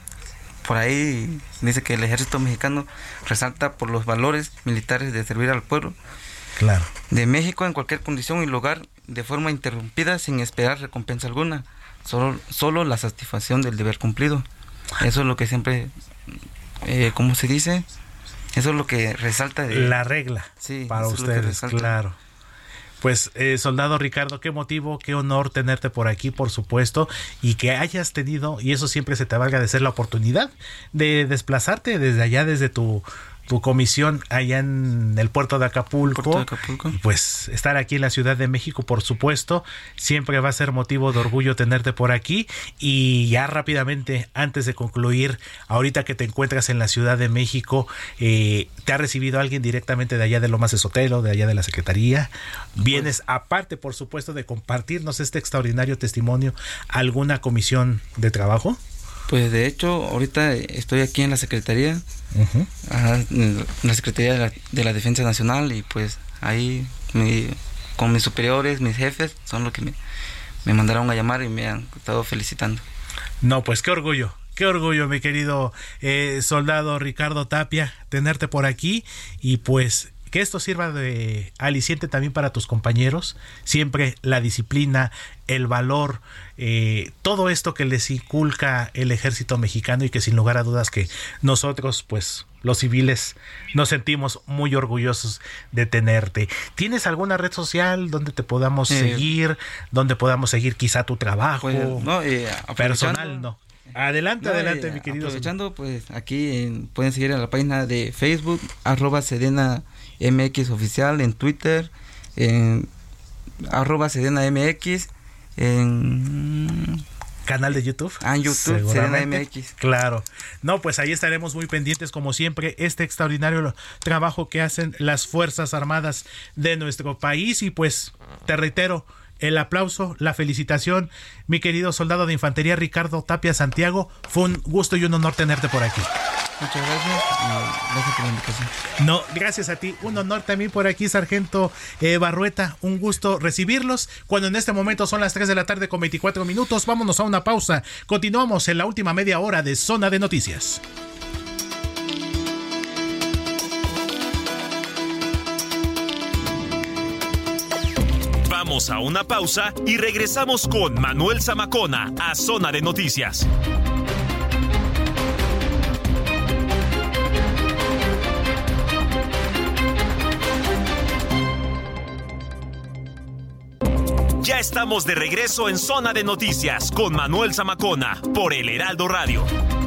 por ahí dice que el ejército mexicano resalta por los valores militares de servir al pueblo. Claro. De México en cualquier condición y lugar, de forma interrumpida, sin esperar recompensa alguna. Solo, solo la satisfacción del deber cumplido. Eso es lo que siempre, eh, ¿cómo se dice? Eso es lo que resalta de... La regla, sí, para ustedes, claro. Pues, eh, soldado Ricardo, qué motivo, qué honor tenerte por aquí, por supuesto, y que hayas tenido, y eso siempre se te va a agradecer, la oportunidad de desplazarte desde allá, desde tu... tu comisión allá en el puerto de Acapulco, puerto de Acapulco. Pues estar aquí en la Ciudad de México, por supuesto, siempre va a ser motivo de orgullo tenerte por aquí. Y ya rápidamente, antes de concluir, ahorita que te encuentras en la Ciudad de México, eh, ¿te ha recibido alguien directamente de allá de Lomas de Sotelo, de allá de la Secretaría? ¿Vienes, aparte, por supuesto, de compartirnos este extraordinario testimonio, alguna comisión de trabajo? Pues de hecho, ahorita estoy aquí en la Secretaría, uh-huh. en la Secretaría de la, de la Defensa Nacional, y pues ahí mi, con mis superiores, mis jefes, son los que me, me mandaron a llamar y me han estado felicitando. No, pues qué orgullo. Qué orgullo, mi querido eh, soldado Ricardo Tapia, tenerte por aquí, y pues que esto sirva de aliciente también para tus compañeros. Siempre la disciplina, el valor, eh, todo esto que les inculca el ejército mexicano, y que sin lugar a dudas que nosotros, pues los civiles, nos sentimos muy orgullosos de tenerte. ¿Tienes alguna red social donde te podamos eh, seguir, donde podamos seguir quizá tu trabajo? Pues, no, eh, personal, no. Adelante, no, adelante, eh, mi querido. Aprovechando, pues aquí en, pueden seguir en la página de Facebook, arroba Sedena M X oficial, en Twitter, en arroba Sedena M X, en canal de YouTube. Ah, en YouTube, Sedena M X. Claro. No, pues ahí estaremos muy pendientes, como siempre, este extraordinario trabajo que hacen las Fuerzas Armadas de nuestro país. Y pues, te reitero, el aplauso, la felicitación, mi querido soldado de infantería Ricardo Tapia Santiago. Fue un gusto y un honor tenerte por aquí. Muchas gracias. Gracias por la invitación. No, gracias a ti. Un honor también por aquí, sargento eh, Barrueta. Un gusto recibirlos. Cuando en este momento son las tres de la tarde con veinticuatro minutos, vámonos a una pausa. Continuamos en la última media hora de Zona de Noticias. Vamos a una pausa y regresamos con Manuel Zamacona a Zona de Noticias. Ya estamos de regreso en Zona de Noticias con Manuel Zamacona por El Heraldo Radio.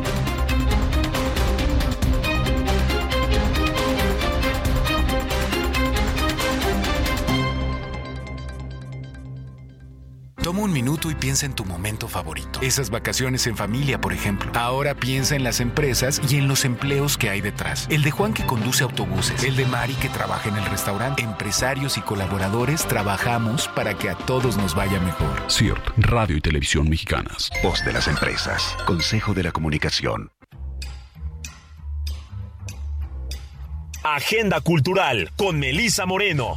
Toma un minuto y piensa en tu momento favorito. Esas vacaciones en familia, por ejemplo. Ahora piensa en las empresas y en los empleos que hay detrás. El de Juan, que conduce autobuses. El de Mari, que trabaja en el restaurante. Empresarios y colaboradores trabajamos para que a todos nos vaya mejor. C I R T, Radio y Televisión Mexicanas. Voz de las empresas. Consejo de la Comunicación. Agenda Cultural con Melissa Moreno.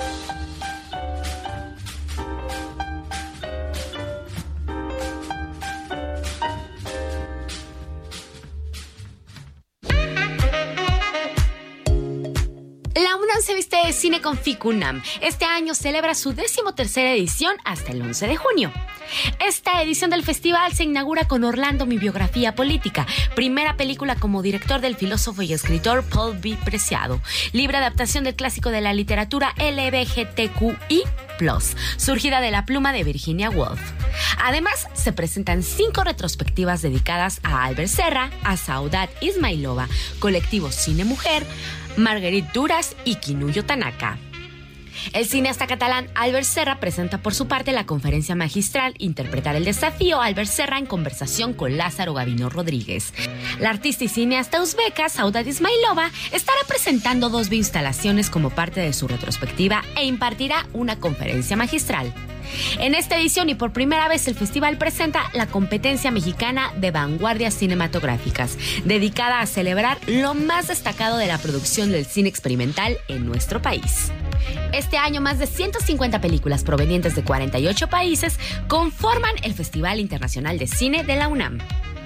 Se viste de cine con FICUNAM. Este año celebra su decimotercera edición hasta el once de junio. Esta edición del festival se inaugura con Orlando, mi biografía política, primera película como director del filósofo y escritor Paul B. Preciado, libre adaptación del clásico de la literatura L G B T Q I plus, surgida de la pluma de Virginia Woolf. Además, se presentan cinco retrospectivas dedicadas a Albert Serra, a Saudade Ismailova, Colectivo Cine Mujer, Marguerite Duras y Kinuyo Tanaka. El cineasta catalán Albert Serra presenta por su parte la conferencia magistral Interpretar el desafío Albert Serra en conversación con Lázaro Gavino Rodríguez. La artista y cineasta uzbeca Saudade Ismailova estará presentando dos instalaciones como parte de su retrospectiva e impartirá una conferencia magistral. En esta edición y por primera vez el festival presenta la competencia mexicana de vanguardias cinematográficas, dedicada a celebrar lo más destacado de la producción del cine experimental en nuestro país. Este año más de ciento cincuenta películas provenientes de cuarenta y ocho países conforman el Festival Internacional de Cine de la UNAM.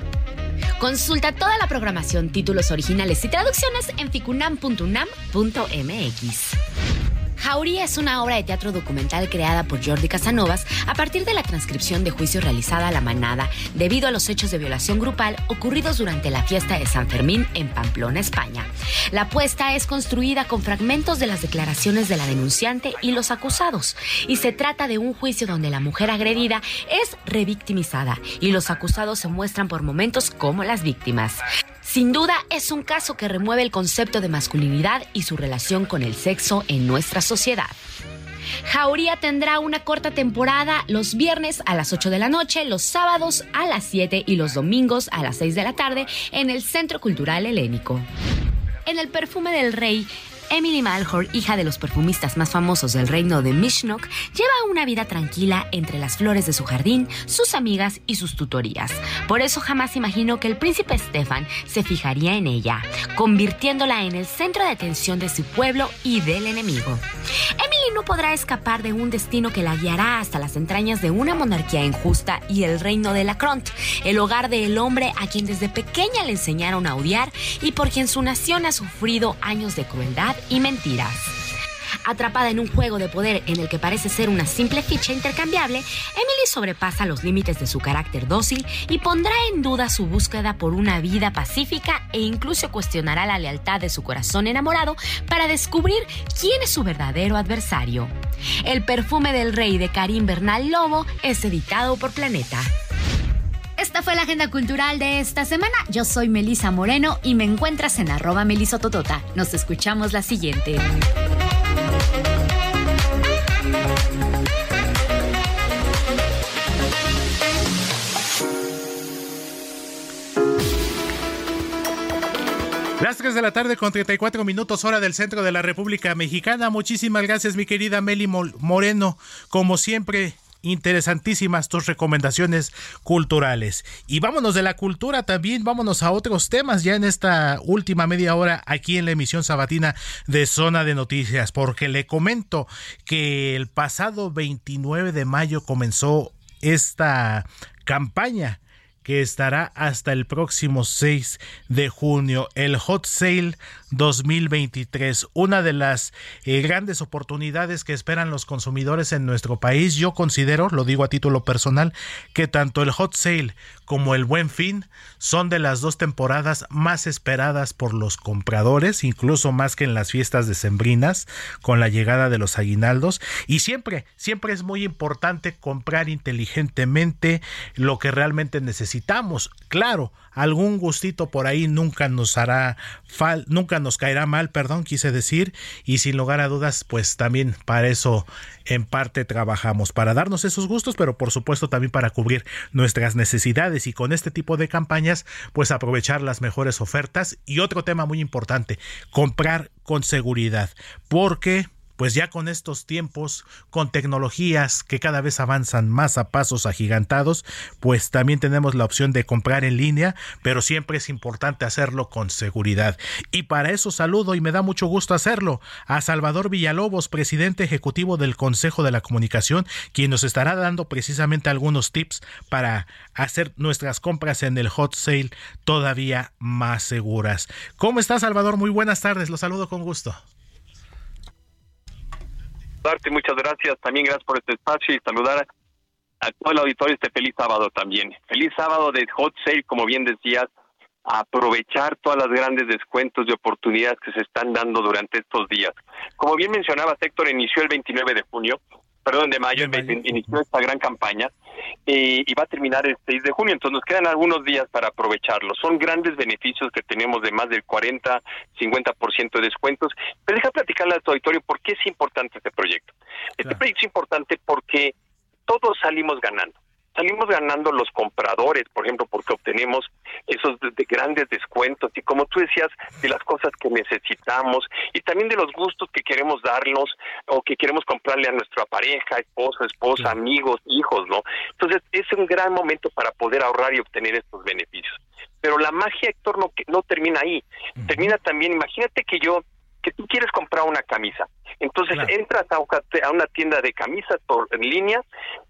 Consulta toda la programación, títulos originales y traducciones en ficunam punto unam punto mx. Jauría es una obra de teatro documental creada por Jordi Casanovas a partir de la transcripción de juicio realizada a la manada debido a los hechos de violación grupal ocurridos durante la fiesta de San Fermín en Pamplona, España. La puesta es construida con fragmentos de las declaraciones de la denunciante y los acusados, y se trata de un juicio donde la mujer agredida es revictimizada y los acusados se muestran por momentos como las víctimas. Sin duda, es un caso que remueve el concepto de masculinidad y su relación con el sexo en nuestra sociedad. Jauría tendrá una corta temporada los viernes a las ocho de la noche, los sábados a las siete y los domingos a las seis de la tarde en el Centro Cultural Helénico. En El perfume del rey, Emily Malheur, hija de los perfumistas más famosos del reino de Mishnok, lleva una vida tranquila entre las flores de su jardín, sus amigas y sus tutorías. Por eso jamás imaginó que el príncipe Stefan se fijaría en ella, convirtiéndola en el centro de atención de su pueblo y del enemigo. Emily no podrá escapar de un destino que la guiará hasta las entrañas de una monarquía injusta y el reino de la Cronte, el hogar del hombre a quien desde pequeña le enseñaron a odiar y por quien su nación ha sufrido años de crueldad y mentiras. Atrapada en un juego de poder en el que parece ser una simple ficha intercambiable, Emily sobrepasa los límites de su carácter dócil y pondrá en duda su búsqueda por una vida pacífica e incluso cuestionará la lealtad de su corazón enamorado para descubrir quién es su verdadero adversario. El perfume del rey de Karim Bernal Lobo es editado por Planeta. Esta fue la agenda cultural de esta semana. Yo soy Melisa Moreno y me encuentras en arroba melisototota. Nos escuchamos la siguiente. Las tres de la tarde con treinta y cuatro minutos hora del centro de la República Mexicana. Muchísimas gracias, mi querida Meli Moreno. Como siempre, interesantísimas tus recomendaciones culturales. Y vámonos de la cultura también, vámonos a otros temas ya en esta última media hora aquí en la emisión sabatina de Zona de Noticias, porque le comento que el pasado veintinueve de mayo comenzó esta campaña que estará hasta el próximo seis de junio, el Hot Sale dos mil veintitrés, una de las eh, grandes oportunidades que esperan los consumidores en nuestro país. Yo considero, lo digo a título personal, que tanto el Hot Sale como el Buen Fin son de las dos temporadas más esperadas por los compradores, incluso más que en las fiestas decembrinas con la llegada de los aguinaldos. Y siempre, siempre es muy importante comprar inteligentemente lo que realmente necesitamos. Claro, algún gustito por ahí nunca nos hará fal, nunca nos caerá mal, perdón, quise decir, y sin lugar a dudas, pues también para eso en parte trabajamos, para darnos esos gustos, pero por supuesto también para cubrir nuestras necesidades, y con este tipo de campañas, pues aprovechar las mejores ofertas. Y otro tema muy importante, comprar con seguridad, porque pues ya con estos tiempos, con tecnologías que cada vez avanzan más a pasos agigantados, pues también tenemos la opción de comprar en línea, pero siempre es importante hacerlo con seguridad. Y para eso saludo, y me da mucho gusto hacerlo, a Salvador Villalobos, presidente ejecutivo del Consejo de la Comunicación, quien nos estará dando precisamente algunos tips para hacer nuestras compras en el Hot Sale todavía más seguras. ¿Cómo estás, Salvador? Muy buenas tardes, los saludo con gusto. Darte muchas gracias, también gracias por este espacio y saludar a todo el auditorio este feliz sábado también. Feliz sábado de Hot Sale, como bien decías, a aprovechar todas las grandes descuentos y oportunidades que se están dando durante estos días. Como bien mencionabas, Héctor, inició el veintinueve de junio perdón, de mayo, de mayo. inició esta gran campaña eh, y va a terminar el seis de junio, entonces nos quedan algunos días para aprovecharlo. Son grandes beneficios que tenemos de más del cuarenta, cincuenta por ciento de descuentos, pero deja platicarle a tu auditorio por qué es importante este proyecto. Este claro. proyecto es importante porque todos salimos ganando. Salimos ganando los compradores, por ejemplo, porque obtenemos esos de, de grandes descuentos y como tú decías, de las cosas que necesitamos y también de los gustos que queremos darnos o que queremos comprarle a nuestra pareja, esposo, esposa, sí. amigos, hijos, ¿no? Entonces es un gran momento para poder ahorrar y obtener estos beneficios. Pero la magia, Héctor, no, no termina ahí. Uh-huh. Termina también, imagínate que yo, que tú quieres comprar una camisa. Entonces claro. entras a, a una tienda de camisas por en línea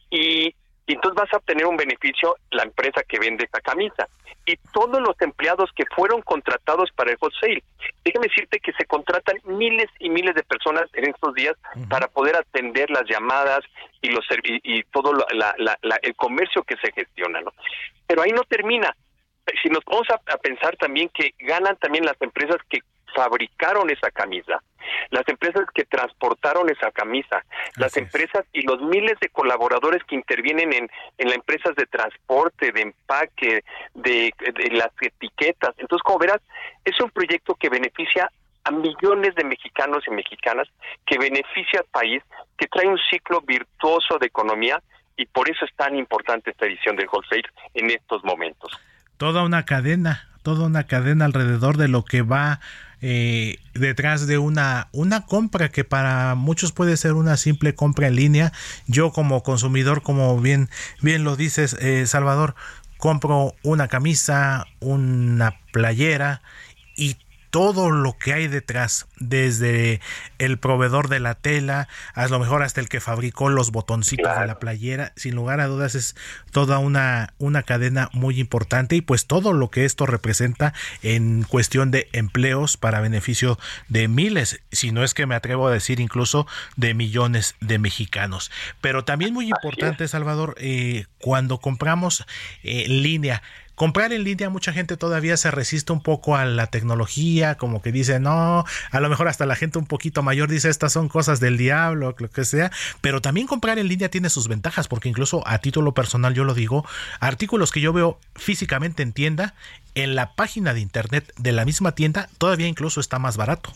y Y entonces vas a obtener un beneficio la empresa que vende esa camisa y todos los empleados que fueron contratados para el hot sale. Déjame decirte que se contratan miles y miles de personas en estos días uh-huh. para poder atender las llamadas y los servi- y todo la, la, la, el comercio que se gestiona, ¿no? Pero ahí no termina. Si nos vamos a, a pensar también que ganan también las empresas que fabricaron esa camisa, las empresas que transportaron esa camisa, las Así empresas es. y los miles de colaboradores que intervienen en, en las empresas de transporte, de empaque, de, de las etiquetas. Entonces, como verás, es un proyecto que beneficia a millones de mexicanos y mexicanas, que beneficia al país, que trae un ciclo virtuoso de economía y por eso es tan importante esta edición del Wholesale en estos momentos. Toda una cadena, toda una cadena alrededor de lo que va eh, detrás de una, una compra que para muchos puede ser una simple compra en línea. Yo como consumidor, como bien, bien lo dices, eh, Salvador, compro una camisa, una playera y todo lo que hay detrás, desde el proveedor de la tela, a lo mejor hasta el que fabricó los botoncitos claro. de la playera, sin lugar a dudas es toda una, una cadena muy importante y pues todo lo que esto representa en cuestión de empleos para beneficio de miles, si no es que me atrevo a decir incluso de millones de mexicanos. Pero también muy importante, Salvador, eh, cuando compramos eh, en línea, comprar en línea, mucha gente todavía se resiste un poco a la tecnología, como que dice, no, a lo mejor hasta la gente un poquito mayor dice, estas son cosas del diablo, lo que sea, pero también comprar en línea tiene sus ventajas, porque incluso a título personal yo lo digo, artículos que yo veo físicamente en tienda, en la página de internet de la misma tienda, todavía incluso está más barato.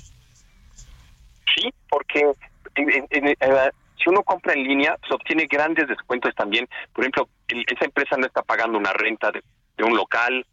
Sí, porque en, en, en, en, si uno compra en línea, pues obtiene grandes descuentos también. Por ejemplo, el, esa empresa no está pagando una renta de de un local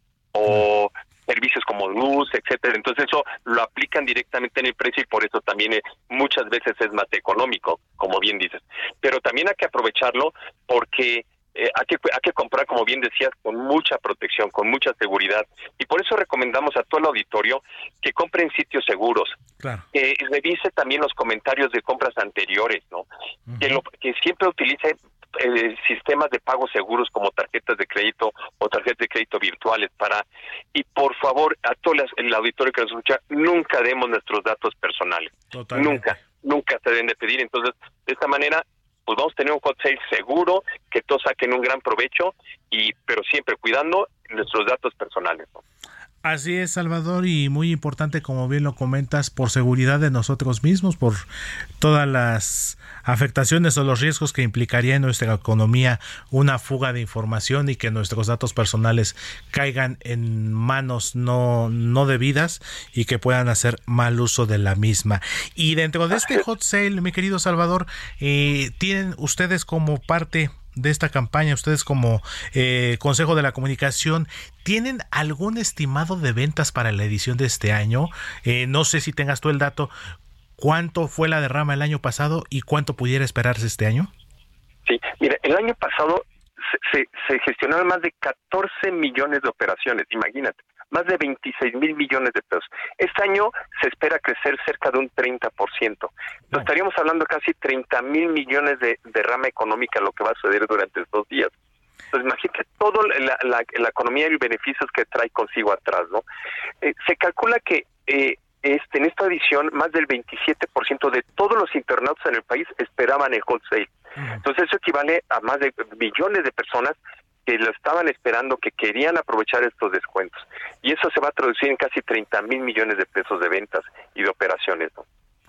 o servicios como luz, etcétera. Entonces eso lo aplican directamente en el precio y por eso también es, muchas veces es más económico, como bien dices. Pero también hay que aprovecharlo porque eh, hay que hay que comprar, como bien decías, con mucha protección, con mucha seguridad. Y por eso recomendamos a todo el auditorio que compre en sitios seguros. Claro. Que revise también los comentarios de compras anteriores, ¿no? Uh-huh. Que, lo, que siempre utilice Eh, sistemas de pago seguros como tarjetas de crédito o tarjetas de crédito virtuales para y por favor a todo las, el auditorio que nos escucha, nunca demos nuestros datos personales. Totalmente. nunca nunca se deben de pedir. Entonces de esta manera pues vamos a tener un hot sale seguro, que todos saquen un gran provecho y pero siempre cuidando nuestros datos personales, ¿no? Así es, Salvador, y muy importante, como bien lo comentas, por seguridad de nosotros mismos, por todas las afectaciones o los riesgos que implicaría en nuestra economía una fuga de información y que nuestros datos personales caigan en manos no, no debidas y que puedan hacer mal uso de la misma. Y dentro de este hot sale, mi querido Salvador, eh, tienen ustedes como parte de esta campaña, ustedes como eh, Consejo de la Comunicación, ¿tienen algún estimado de ventas para la edición de este año? Eh, no sé si tengas tú el dato, ¿cuánto fue la derrama el año pasado y cuánto pudiera esperarse este año? Sí, mira, el año pasado se, se, se gestionaron más de catorce millones de operaciones, imagínate, más de veintiséis mil millones de pesos. Este año se espera crecer cerca de un treinta por ciento. Entonces, estaríamos hablando casi treinta mil millones de derrama económica, lo que va a suceder durante estos días. Entonces, imagínate toda la, la, la economía y los beneficios que trae consigo atrás, ¿no? Eh, se calcula que eh, este, en esta edición más del veintisiete por ciento de todos los internautas en el país esperaban el hot sale. Entonces, eso equivale a más de millones de personas que lo estaban esperando, que querían aprovechar estos descuentos. Y eso se va a traducir en casi treinta mil millones de pesos de ventas y de operaciones, ¿no?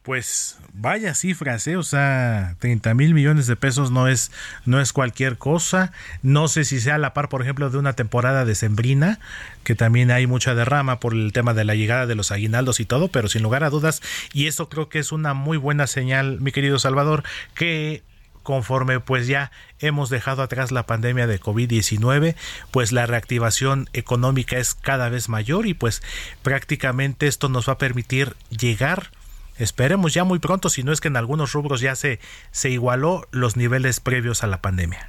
Pues vaya cifras, ¿eh? O sea, treinta mil millones de pesos no es, no es cualquier cosa. No sé si sea a la par, por ejemplo, de una temporada decembrina, que también hay mucha derrama por el tema de la llegada de los aguinaldos y todo, pero sin lugar a dudas, y eso creo que es una muy buena señal, mi querido Salvador, que conforme pues ya hemos dejado atrás la pandemia de COVID diecinueve, pues la reactivación económica es cada vez mayor y pues prácticamente esto nos va a permitir llegar, esperemos ya muy pronto, si no es que en algunos rubros ya se, se igualó los niveles previos a la pandemia.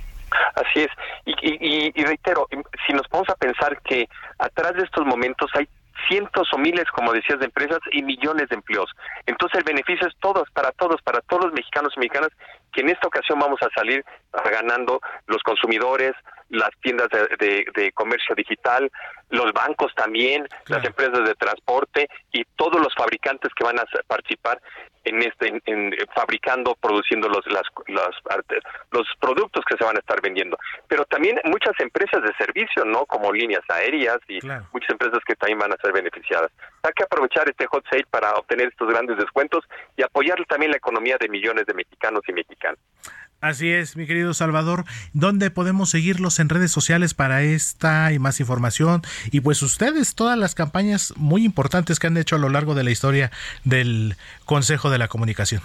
Así es, y, y, y reitero, si nos vamos a pensar que atrás de estos momentos hay cientos o miles, como decías, de empresas y millones de empleos. Entonces el beneficio es todos, para todos, para todos los mexicanos y mexicanas, que en esta ocasión vamos a salir ganando los consumidores, las tiendas de, de, de comercio digital, los bancos también, claro, las empresas de transporte y todos los fabricantes que van a participar en este, en, en, fabricando, produciendo los, las, las, los productos que se van a estar vendiendo. Pero también muchas empresas de servicio, ¿no? Como líneas aéreas y claro, muchas empresas que también van a ser beneficiadas. Hay que aprovechar este hot sale para obtener estos grandes descuentos y apoyar también la economía de millones de mexicanos y mexicanas. Así es, mi querido Salvador. ¿Dónde podemos seguirlos en redes sociales para esta y más información? Y pues ustedes, todas las campañas muy importantes que han hecho a lo largo de la historia del Consejo de la Comunicación.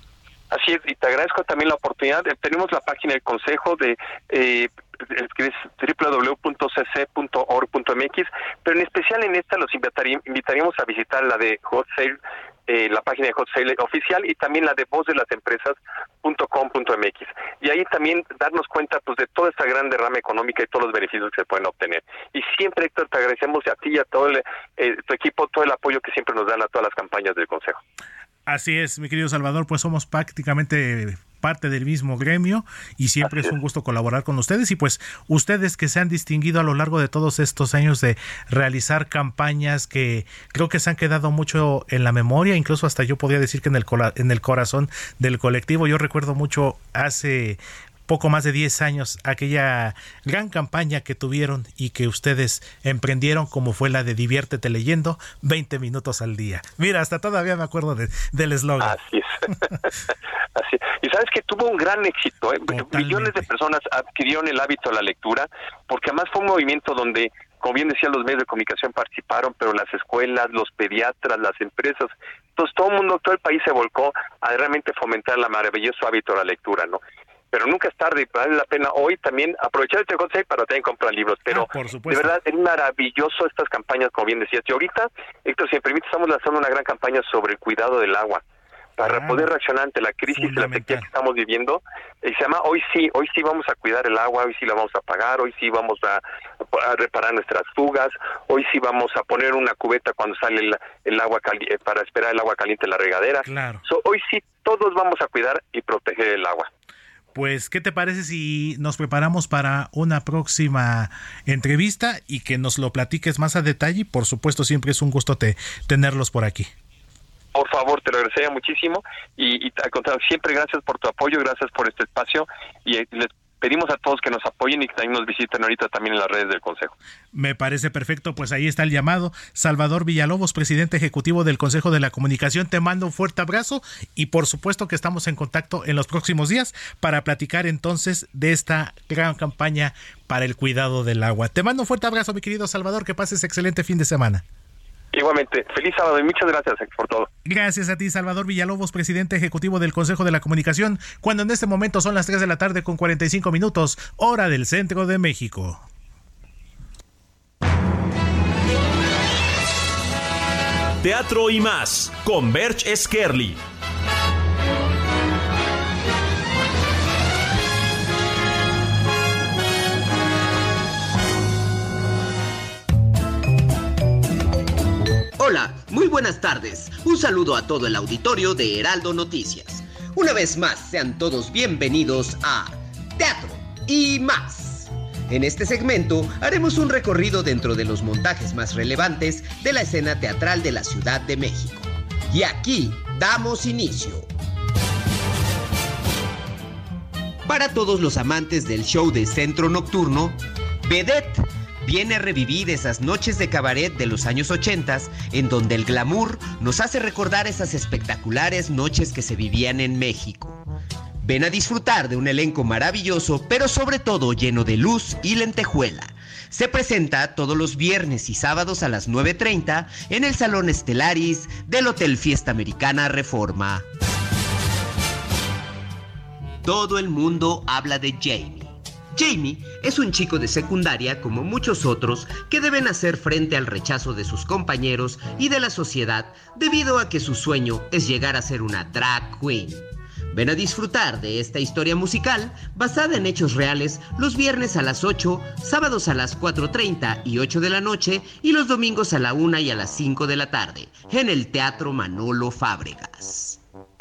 Así es, y te agradezco también la oportunidad. Tenemos la página del Consejo de eh, que es doble u doble u doble u punto c c punto org punto m x, pero en especial en esta los invitaríamos, invitaríamos a visitar la de Hot Sale, eh, la página de Hot Sale oficial, y también la de voz de las empresas punto com punto m x, y ahí también darnos cuenta pues de toda esta gran derrama económica y todos los beneficios que se pueden obtener. Y siempre, Héctor, te agradecemos a ti y a todo el, eh, tu equipo, todo el apoyo que siempre nos dan a todas las campañas del Consejo. Así es, mi querido Salvador, pues somos prácticamente parte del mismo gremio y siempre es un gusto colaborar con ustedes, y pues ustedes que se han distinguido a lo largo de todos estos años de realizar campañas que creo que se han quedado mucho en la memoria, incluso hasta yo podría decir que en el, en el corazón del colectivo. Yo recuerdo mucho hace poco más de diez años aquella gran campaña que tuvieron y que ustedes emprendieron, como fue la de Diviértete leyendo veinte minutos al día. Mira, hasta todavía me acuerdo de, del eslogan. Así es. Así. Y sabes que tuvo un gran éxito, ¿eh? Millones de personas adquirieron el hábito de la lectura, porque además fue un movimiento donde, como bien decían, los medios de comunicación participaron, pero las escuelas, los pediatras, las empresas, entonces todo el mundo, todo el país se volcó a realmente fomentar el maravilloso hábito de la lectura, ¿no? Pero nunca es tarde, vale la pena hoy también aprovechar este consejo para también comprar libros. Pero ah, por supuesto, de verdad es maravilloso estas campañas, como bien decías. Y ahorita, Héctor, si me permite, estamos lanzando una gran campaña sobre el cuidado del agua para ah, poder reaccionar ante la crisis y la sequía que estamos viviendo. Y se llama Hoy sí, hoy sí vamos a cuidar el agua, hoy sí la vamos a pagar, hoy sí vamos a, a reparar nuestras fugas, hoy sí vamos a poner una cubeta cuando sale el, el agua cali- para esperar el agua caliente en la regadera. Claro. So, hoy sí todos vamos a cuidar y proteger el agua. Pues, ¿qué te parece si nos preparamos para una próxima entrevista y que nos lo platiques más a detalle? Por supuesto, siempre es un gusto te, tenerlos por aquí. Por favor, te lo agradecería muchísimo y, y al contrario, siempre gracias por tu apoyo, gracias por este espacio, y les pedimos a todos que nos apoyen y que también nos visiten ahorita también en las redes del Consejo. Me parece perfecto, pues ahí está el llamado. Salvador Villalobos, presidente ejecutivo del Consejo de la Comunicación, te mando un fuerte abrazo y por supuesto que estamos en contacto en los próximos días para platicar entonces de esta gran campaña para el cuidado del agua. Te mando un fuerte abrazo, mi querido Salvador, que pases excelente fin de semana. Igualmente, feliz sábado y muchas gracias por todo. Gracias a ti, Salvador Villalobos, presidente ejecutivo del Consejo de la Comunicación, cuando en este momento son las tres de la tarde con cuarenta y cinco minutos, hora del centro de México. Teatro y más, con Berch Esquerli. Hola, muy buenas tardes. Un saludo a todo el auditorio de Heraldo Noticias. Una vez más, sean todos bienvenidos a Teatro y más. En este segmento haremos un recorrido dentro de los montajes más relevantes de la escena teatral de la Ciudad de México. Y aquí damos inicio. Para todos los amantes del show de centro nocturno, Vedette viene a revivir esas noches de cabaret de los años ochentas, en donde el glamour nos hace recordar esas espectaculares noches que se vivían en México. Ven a disfrutar de un elenco maravilloso, pero sobre todo lleno de luz y lentejuela. Se presenta todos los viernes y sábados a las nueve treinta en el Salón Estelaris del Hotel Fiesta Americana Reforma. Todo el mundo habla de Jamie. Jamie es un chico de secundaria, como muchos otros, que deben hacer frente al rechazo de sus compañeros y de la sociedad debido a que su sueño es llegar a ser una drag queen. Ven a disfrutar de esta historia musical basada en hechos reales los viernes a las ocho, sábados a las cuatro treinta y ocho de la noche y los domingos a la una y a las cinco de la tarde en el Teatro Manolo Fábregas.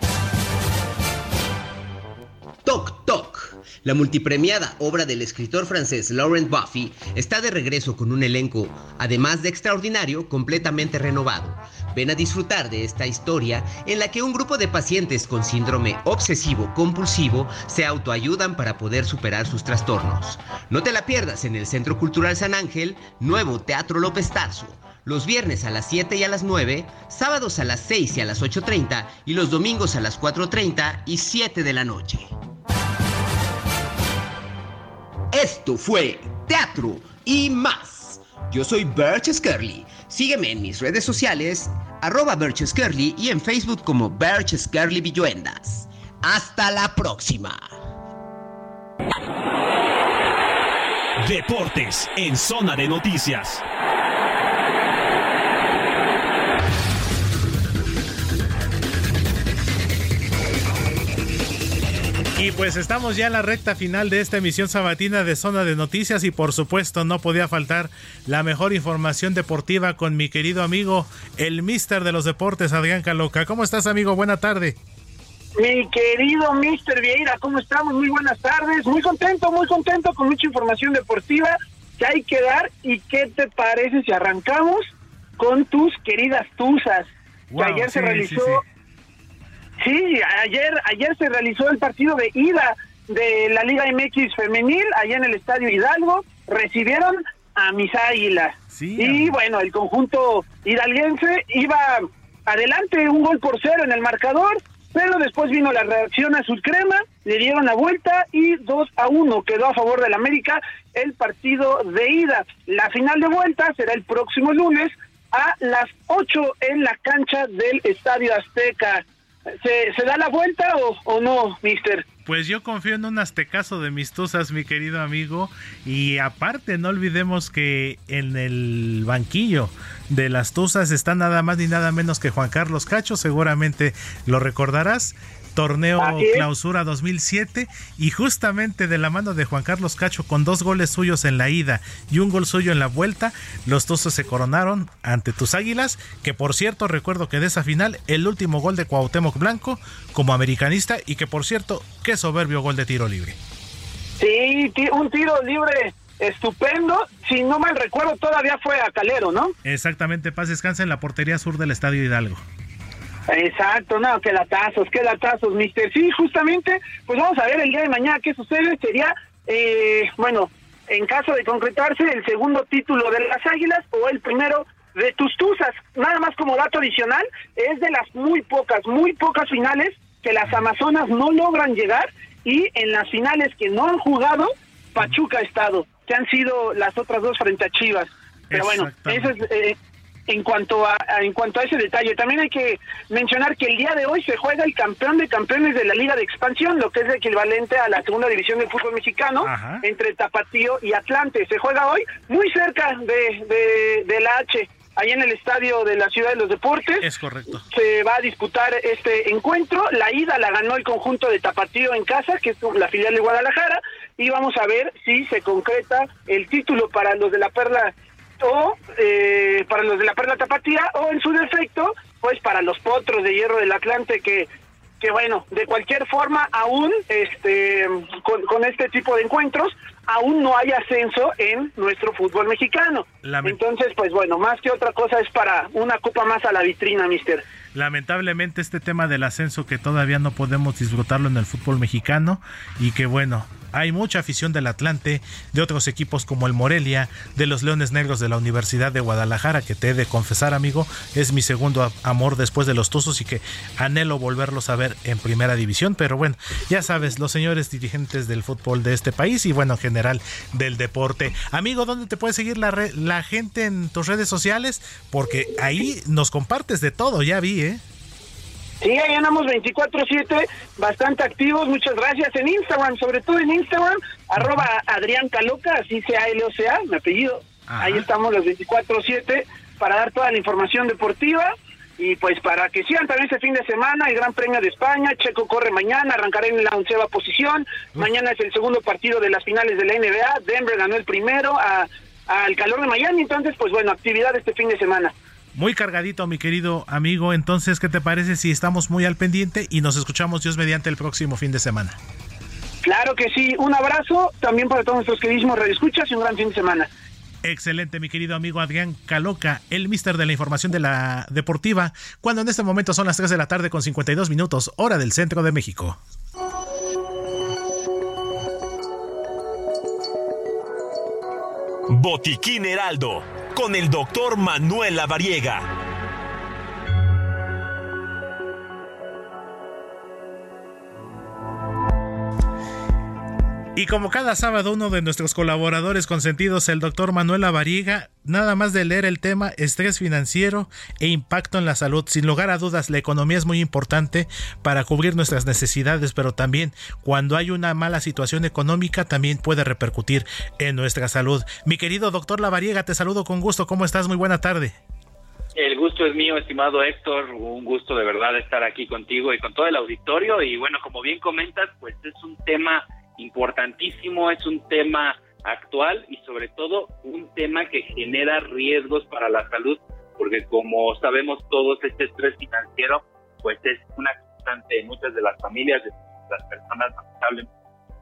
Toc Toc, la multipremiada obra del escritor francés Laurent Buffy, está de regreso con un elenco, además de extraordinario, completamente renovado. Ven a disfrutar de esta historia en la que un grupo de pacientes con síndrome obsesivo-compulsivo se autoayudan para poder superar sus trastornos. No te la pierdas en el Centro Cultural San Ángel, Nuevo Teatro López Tarso. Los viernes a las siete y a las nueve, sábados a las seis y a las ocho treinta y los domingos a las cuatro treinta y siete de la noche. Esto fue Teatro y Más. Yo soy Birch Skerly. Sígueme en mis redes sociales, arroba Birch Skerly, y en Facebook como Birch Skerly Villuendas. Hasta la próxima. Deportes en Zona de Noticias. Y pues estamos ya en la recta final de esta emisión sabatina de Zona de Noticias y por supuesto no podía faltar la mejor información deportiva con mi querido amigo, el mister de los deportes, Adrián Caloca. ¿Cómo estás, amigo? Buena tarde. Mi querido mister Vieira, ¿cómo estamos? Muy buenas tardes. Muy contento, muy contento con mucha información deportiva que hay que dar. ¿Y qué te parece si arrancamos con tus queridas Tuzas? Wow, que ayer sí, se realizó... Sí, sí. Sí, ayer ayer se realizó el partido de ida de la Liga M X femenil allá en el Estadio Hidalgo. Recibieron a mis Águilas. Sí, y bueno, el conjunto hidalguense iba adelante un gol por cero en el marcador, pero después vino la reacción azul crema, le dieron la vuelta y dos a uno quedó a favor del América el partido de ida. La final de vuelta será el próximo lunes a las ocho en la cancha del Estadio Azteca. ¿Se, se da la vuelta o, o no, mister? Pues yo confío en un aztecazo de mis Tuzas, mi querido amigo. Y aparte, no olvidemos que en el banquillo de las Tuzas está nada más ni nada menos que Juan Carlos Cacho. Seguramente lo recordarás. Torneo Clausura dos mil siete, y justamente de la mano de Juan Carlos Cacho, con dos goles suyos en la ida y un gol suyo en la vuelta, los Tuzos se coronaron ante tus Águilas, que por cierto recuerdo que de esa final el último gol de Cuauhtémoc Blanco como americanista, y que por cierto qué soberbio gol de tiro libre. Sí, un tiro libre estupendo, si no mal recuerdo todavía fue a Calero, ¿no? Exactamente, paz descansa en la portería sur del Estadio Hidalgo. Exacto, no, que latazos, que latazos, mister. Sí, justamente, pues vamos a ver el día de mañana qué sucede. Sería, eh, bueno, en caso de concretarse, el segundo título de las Águilas o el primero de tus Tuzas. Nada más como dato adicional, es de las muy pocas, muy pocas finales que las Amazonas no logran llegar, y en las finales que no han jugado, Pachuca ha estado, que han sido las otras dos frente a Chivas. Pero bueno, eso es... Eh, En cuanto a, a en cuanto a ese detalle, también hay que mencionar que el día de hoy se juega el campeón de campeones de la Liga de Expansión, lo que es equivalente a la segunda división del fútbol mexicano. Ajá. Entre Tapatío y Atlante. Se juega hoy muy cerca de, de, de la H, ahí en el estadio de la Ciudad de los Deportes. Es correcto. Se va a disputar este encuentro. La ida la ganó el conjunto de Tapatío en casa, que es la filial de Guadalajara, y vamos a ver si se concreta el título para los de la Perla, o eh, para los de la Perla Tapatía, o en su defecto, pues para los Potros de Hierro del Atlante, que que bueno, de cualquier forma, aún este con, con este tipo de encuentros, aún no hay ascenso en nuestro fútbol mexicano. Lament- Entonces, pues bueno, más que otra cosa es para una copa más a la vitrina, mister. Lamentablemente este tema del ascenso que todavía no podemos disfrutarlo en el fútbol mexicano y que bueno, hay mucha afición del Atlante, de otros equipos como el Morelia, de los Leones Negros de la Universidad de Guadalajara, que te he de confesar, amigo, es mi segundo amor después de los Tuzos y que anhelo volverlos a ver en primera división, pero bueno, ya sabes, los señores dirigentes del fútbol de este país y bueno, en general del deporte. Amigo, ¿dónde te puede seguir la, re- la gente en tus redes sociales? Porque ahí nos compartes de todo, ya vi, ¿eh? Sí, ahí andamos veinticuatro siete, bastante activos, muchas gracias. En Instagram, sobre todo en Instagram, arroba Adrián Caloca, así sea L O C A, mi apellido. Ajá. Ahí estamos los veinticuatro siete para dar toda la información deportiva y pues para que sigan también este fin de semana el Gran Premio de España. Checo corre mañana, arrancará en la onceava posición. Uf. Mañana es el segundo partido de las finales de la N B A. Denver ganó el primero a, al calor de Miami, entonces pues bueno, actividad este fin de semana. Muy cargadito, mi querido amigo. Entonces, ¿qué te parece si estamos muy al pendiente y nos escuchamos Dios mediante el próximo fin de semana? Claro que sí. Un abrazo también para todos nuestros queridísimos radioescuchas y un gran fin de semana. Excelente, mi querido amigo Adrián Caloca, el mister de la información de la deportiva, cuando en este momento son las tres de la tarde con cincuenta y dos minutos, hora del centro de México. Botiquín Heraldo, con el doctor Manuel Lavariega. Y como cada sábado, uno de nuestros colaboradores consentidos, el doctor Manuel Lavariega, nada más de leer el tema estrés financiero e impacto en la salud. Sin lugar a dudas, la economía es muy importante para cubrir nuestras necesidades, pero también cuando hay una mala situación económica también puede repercutir en nuestra salud. Mi querido doctor Lavariega, te saludo con gusto. ¿Cómo estás? Muy buena tarde. El gusto es mío, estimado Héctor. Un gusto de verdad estar aquí contigo y con todo el auditorio. Y bueno, como bien comentas, pues es un tema importantísimo, es un tema actual y sobre todo un tema que genera riesgos para la salud, porque como sabemos todos, este estrés financiero pues es una constante en muchas de las familias, de las personas lamentablemente.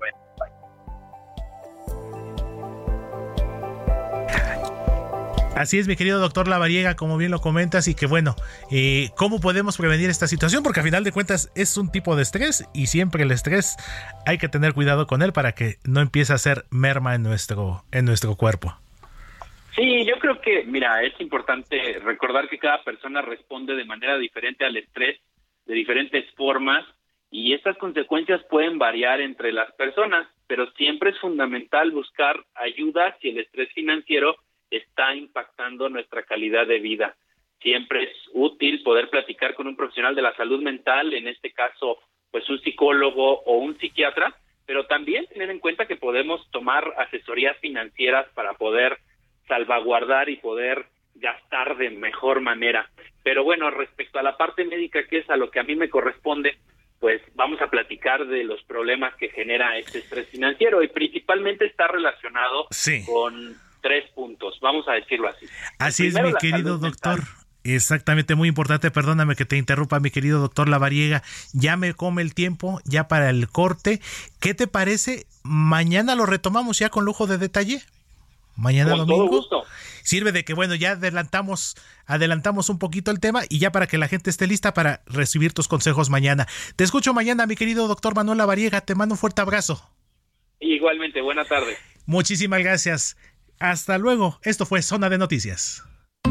Así es, mi querido doctor Lavariega, como bien lo comentas, y que bueno, eh, ¿cómo podemos prevenir esta situación? Porque a final de cuentas es un tipo de estrés y siempre el estrés hay que tener cuidado con él para que no empiece a ser merma en nuestro, en nuestro cuerpo. Sí, yo creo que, mira, es importante recordar que cada persona responde de manera diferente al estrés, de diferentes formas, y estas consecuencias pueden variar entre las personas, pero siempre es fundamental buscar ayuda si el estrés financiero está impactando nuestra calidad de vida. Siempre es útil poder platicar con un profesional de la salud mental, en este caso, pues un psicólogo o un psiquiatra, pero también tener en cuenta que podemos tomar asesorías financieras para poder salvaguardar y poder gastar de mejor manera. Pero bueno, respecto a la parte médica, que es a lo que a mí me corresponde, pues vamos a platicar de los problemas que genera este estrés financiero y principalmente está relacionado sí. con tres puntos, vamos a decirlo así. Así es, mi querido doctor. Exactamente, muy importante, perdóname que te interrumpa, mi querido doctor Lavariega. Ya me come el tiempo, ya para el corte. ¿Qué te parece? Mañana lo retomamos ya con lujo de detalle. Mañana con domingo. Todo gusto. Sirve de que, bueno, ya adelantamos, adelantamos un poquito el tema y ya para que la gente esté lista para recibir tus consejos mañana. Te escucho mañana, mi querido doctor Manuel Lavariega. Te mando un fuerte abrazo. Igualmente, buena tarde. Muchísimas gracias. Hasta luego. Esto fue Zona de Noticias.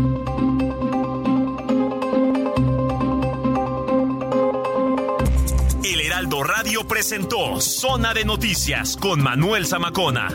El Heraldo Radio presentó Zona de Noticias con Manuel Zamacona.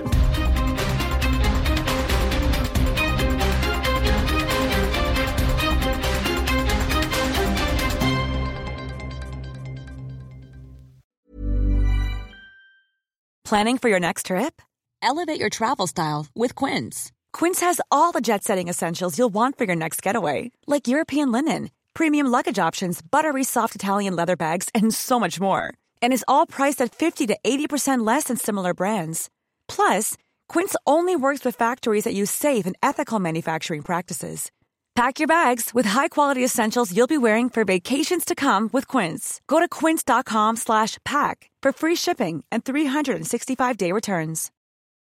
Planning for your next trip? Elevate your travel style with Quince. Quince has all the jet-setting essentials you'll want for your next getaway, like European linen, premium luggage options, buttery soft Italian leather bags, and so much more. And is all priced at fifty to eighty percent less than similar brands. Plus, Quince only works with factories that use safe and ethical manufacturing practices. Pack your bags with high-quality essentials you'll be wearing for vacations to come with Quince. Go to quince.com slash pack for free shipping and three sixty-five day returns.